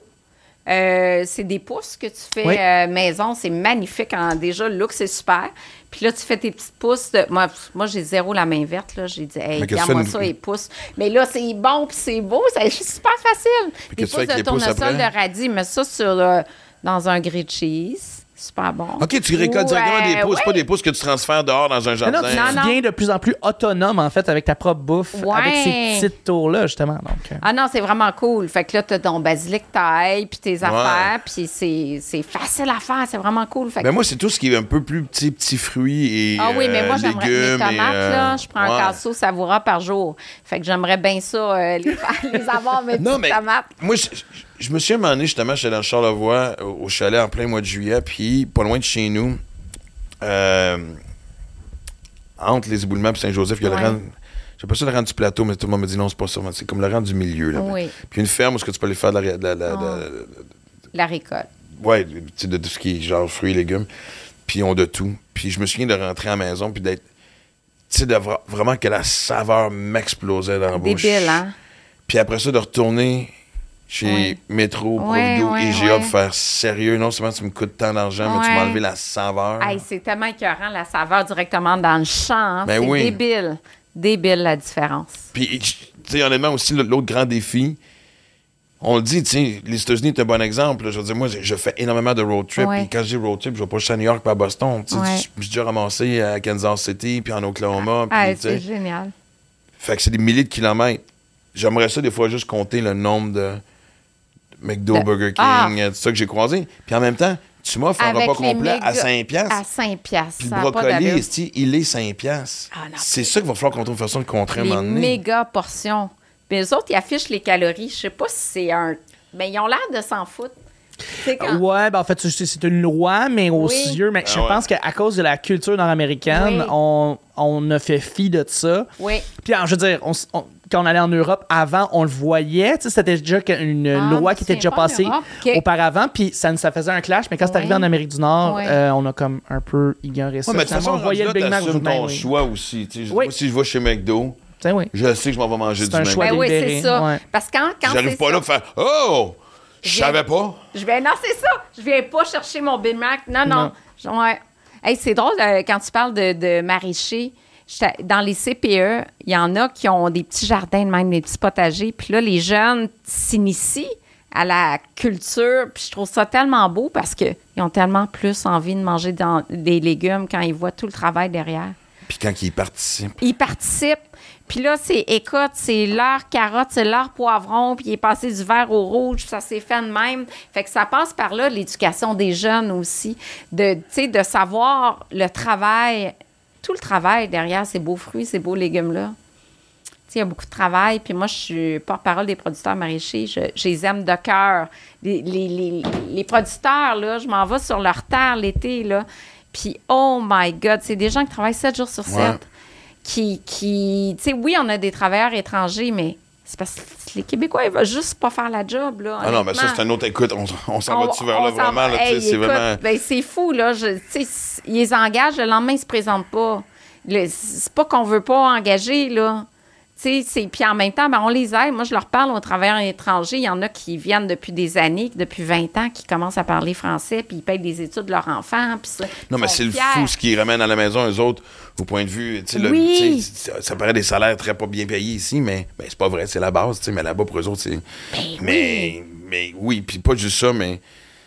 C'est des pousses que tu fais Oui. maison. C'est magnifique. Déjà, le look, c'est super. Puis là, tu fais tes petites pousses. Moi, j'ai zéro la main verte. Là. J'ai dit, hey, Mais qu'est-ce que tu regarde-moi fais ça, une- les pousses. Mais là, c'est bon, puis c'est beau. C'est super facile. Des qu'est-ce que tu fais pousses avec de les pousses tournesol après? de radis. Mets ça dans un grilled cheese. Super bon. OK, tu récoltes directement des pousses, ouais. pas des pousses que tu transfères dehors dans un Non, jardin. non, tu Non, non. deviens de plus en plus autonome, en fait, avec ta propre bouffe, Ouais. avec ces petites tours-là, justement. Donc, Ah non, c'est vraiment cool. Fait que là, t'as ton basilic taille, puis tes affaires, puis c'est facile à faire. C'est vraiment cool. Fait que- Ben moi, c'est tout ce qui est un peu plus petits fruits et Ah oui, mais moi, j'aimerais mes légumes. tomates, là, je prends un ouais. casseau savoura par jour. Fait que j'aimerais bien ça, les avoir, mes Non, petites mais tomates. moi, je me suis un moment donné, justement, j'étais dans Charlevoix, au chalet en plein mois de juillet, puis pas loin de chez nous, entre les éboulements et Saint-Joseph, il y a Ouais. le rang, j'appelle ça le rang du plateau, mais tout le monde me dit non, c'est pas ça, c'est comme le rang du milieu. Là. Oui. Puis une ferme où est-ce que tu peux aller faire La récolte. ouais, tu sais, de tout ce qui est genre fruits et légumes, puis ils ont de tout. Puis je me souviens de rentrer à la maison, puis d'être, tu sais, d'avoir vraiment que la saveur m'explosait dans la bouche. Débile, hein? Puis après ça, de retourner chez Ouais. Métro, Ouais, Provigo, ouais, IGA, ouais. pour faire sérieux. Non seulement tu me coûtes tant d'argent, mais tu Ouais. m'as enlevé la saveur. Hey, c'est tellement écœurant, la saveur directement dans le champ. Hein? Ben c'est oui. débile. Débile, la différence. Puis, tu sais, honnêtement, aussi, l'autre grand défi, on le dit, tu sais, les États-Unis, c'est un bon exemple. là. Je veux dire, moi, je fais énormément de road trip. Ouais. Puis quand je dis road trip, je vais pas juste à New York, pas à Boston. Tu sais, Ouais. je suis déjà ramassé à Kansas City, puis en Oklahoma. Puis, Hey, tu sais, c'est génial. fait que c'est des milliers de kilomètres. J'aimerais ça, des fois, juste compter le nombre de McDo, Burger King, tout ça que j'ai croisé. Puis en même temps, tu m'offres un Avec repas les complet à méga- 5 piastres. À 5 piastres. Puis ça le a pas brocoli, d'allure. esti, il est 5 piastres. Ah, non. C'est ça qu'il va falloir qu'on trouve une façon de contrer à un Les moment donné. méga portions. Puis eux autres, ils affichent les calories. Je sais pas si c'est un... Mais ils ont l'air de s'en foutre. Ouais, ben en fait, c'est une loi, mais aux yeux, mais je pense qu'à cause de la culture nord-américaine, on a fait fi de ça. Oui. Puis, alors, je veux dire, quand on allait en Europe, avant, on le voyait. Tu sais, c'était déjà une loi qui était déjà passée auparavant, puis ça faisait un clash. Mais quand c'est arrivé en Amérique du Nord, on a comme un peu ignoré ça. Mais de toute façon, on voyait le Big Mac t'assumes ton choix aussi. Moi, si je vais chez McDo, je sais que je m'en vais manger du McDo. Ben oui, c'est ça. Parce que quand j'arrive pas là pour faire « Oh! Je savais pas! » Non, c'est ça. Je viens pas chercher mon Big Mac. Non. Ouais. Hey, c'est drôle, quand tu parles de maraîchers, dans les CPE, il y en a qui ont des petits jardins, même des petits potagers. Puis là, les jeunes s'initient à la culture. Puis je trouve ça tellement beau parce qu'ils ont tellement plus envie de manger des légumes quand ils voient tout le travail derrière. Puis quand ils participent. Ils participent. Puis là, c'est leur carotte, c'est leur poivron, puis il est passé du vert au rouge, puis ça s'est fait de même. Fait que ça passe par là, l'éducation des jeunes aussi, de savoir le travail, tout le travail derrière ces beaux fruits, ces beaux légumes-là. Il y a beaucoup de travail, puis moi, je suis porte-parole des producteurs maraîchers, je les aime de cœur. Les producteurs, là, je m'en vais sur leur terre l'été, là, puis oh my God, c'est des gens qui travaillent 7 jours sur 7. Ouais. Tu sais, oui, on a des travailleurs étrangers, mais c'est parce que les Québécois, ils veulent juste pas faire la job, là. Ah non, mais ça, c'est un autre... Écoute, on s'en va-tu vers là, vraiment, là, tu sais, c'est vraiment... Ben, c'est fou, là. Tu sais, ils les engagent, le lendemain, ils se présentent pas. C'est pas qu'on veut pas engager, là. Tu sais, puis en même temps, ben, on les aide. Moi, je leur parle aux travailleurs étrangers. Il y en a qui viennent depuis des années, depuis 20 ans, qui commencent à parler français, puis ils payent les études de leurs enfants. Puis ça, non, mais c'est le fou ce qu'ils ramènent à la maison, eux autres, au point de vue. Ça paraît des salaires très pas bien payés ici, mais c'est pas vrai, c'est la base, mais là-bas, pour eux autres, c'est. Mais oui, puis pas juste ça, mais.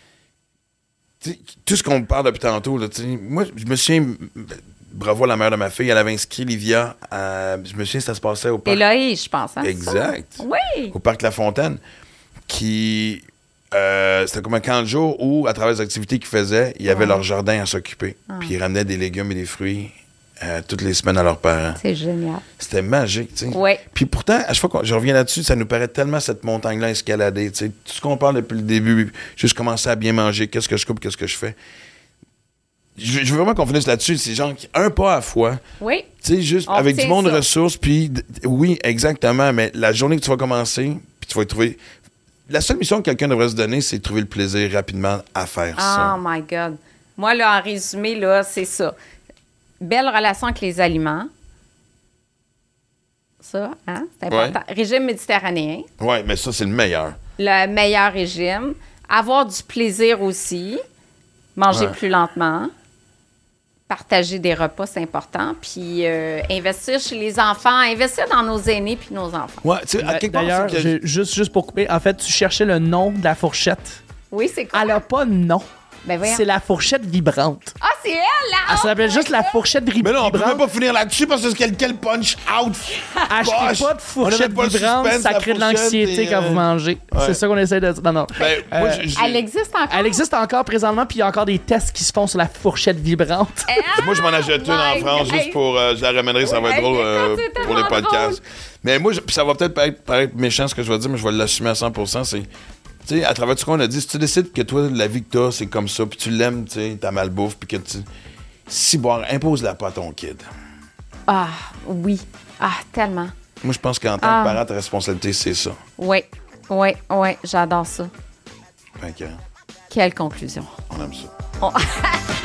Tout ce qu'on parle depuis tantôt, là, moi, je me souviens. Bravo à la mère de ma fille, elle avait inscrit Livia je me souviens, ça se passait au parc. Éloïse, je pense. Hein, exact. Oui. Au parc La Fontaine, qui... c'était comme un camp de jour où, à travers les activités qu'ils faisaient, il y avait leur jardin à s'occuper. Puis ils ramenaient des légumes et des fruits toutes les semaines à leurs parents. C'est génial. C'était magique, tu sais. Oui. Puis pourtant, à chaque fois que je reviens là-dessus, ça nous paraît tellement cette montagne-là escaladée, tu sais. Tout ce qu'on parle depuis le début, juste commencer à bien manger, qu'est-ce que je coupe, qu'est-ce que je fais. Je veux vraiment qu'on finisse là-dessus. C'est genre un pas à la fois. Oui. Tu sais, juste avec du monde de ressources. Puis, oui, exactement. Mais la journée que tu vas commencer, puis tu vas trouver. La seule mission que quelqu'un devrait se donner, c'est de trouver le plaisir rapidement à faire ça. Oh my God. Moi, là, en résumé, là, c'est ça. Belle relation avec les aliments. Ça, hein? C'est important. Ouais. Régime méditerranéen. Oui, mais ça, c'est le meilleur. Le meilleur régime. Avoir du plaisir aussi. Manger plus lentement. Partager des repas, c'est important. Puis investir chez les enfants, investir dans nos aînés puis nos enfants. Ouais, tu sais, à quelque part, d'ailleurs, juste pour couper, en fait, tu cherchais le nom de la fourchette. Oui, c'est quoi? Elle n'a pas de nom. Ben c'est la fourchette vibrante. Ah, c'est elle, là! Elle s'appelle juste la fourchette vibrante. Mais non, on peut même pas finir là-dessus parce que c'est quel punch-out! Achetez pas de fourchette vibrante, ça crée de l'anxiété quand vous mangez. Ouais. C'est ça qu'on essaie de dire. Non. Ben, elle existe encore? Elle existe encore présentement, puis il y a encore des tests qui se font sur la fourchette vibrante. Moi, je m'en achète une en France juste pour... je la ramènerai, ça va être drôle pour les podcasts. Mais moi, ça va peut-être paraître méchant ce que je vais dire, mais je vais l'assumer à 100%, c'est... Tu sais, à travers tout ce qu'on a dit, si tu décides que toi, la vie que t'as, c'est comme ça, puis tu l'aimes, tu sais, t'as malbouffe, puis que tu... Si boire, impose-la pas à ton kid. Ah, oui. Ah, tellement. Moi, je pense qu'en tant que parent, ta responsabilité, c'est ça. Oui, j'adore ça. Fait que... Quelle conclusion. On aime ça.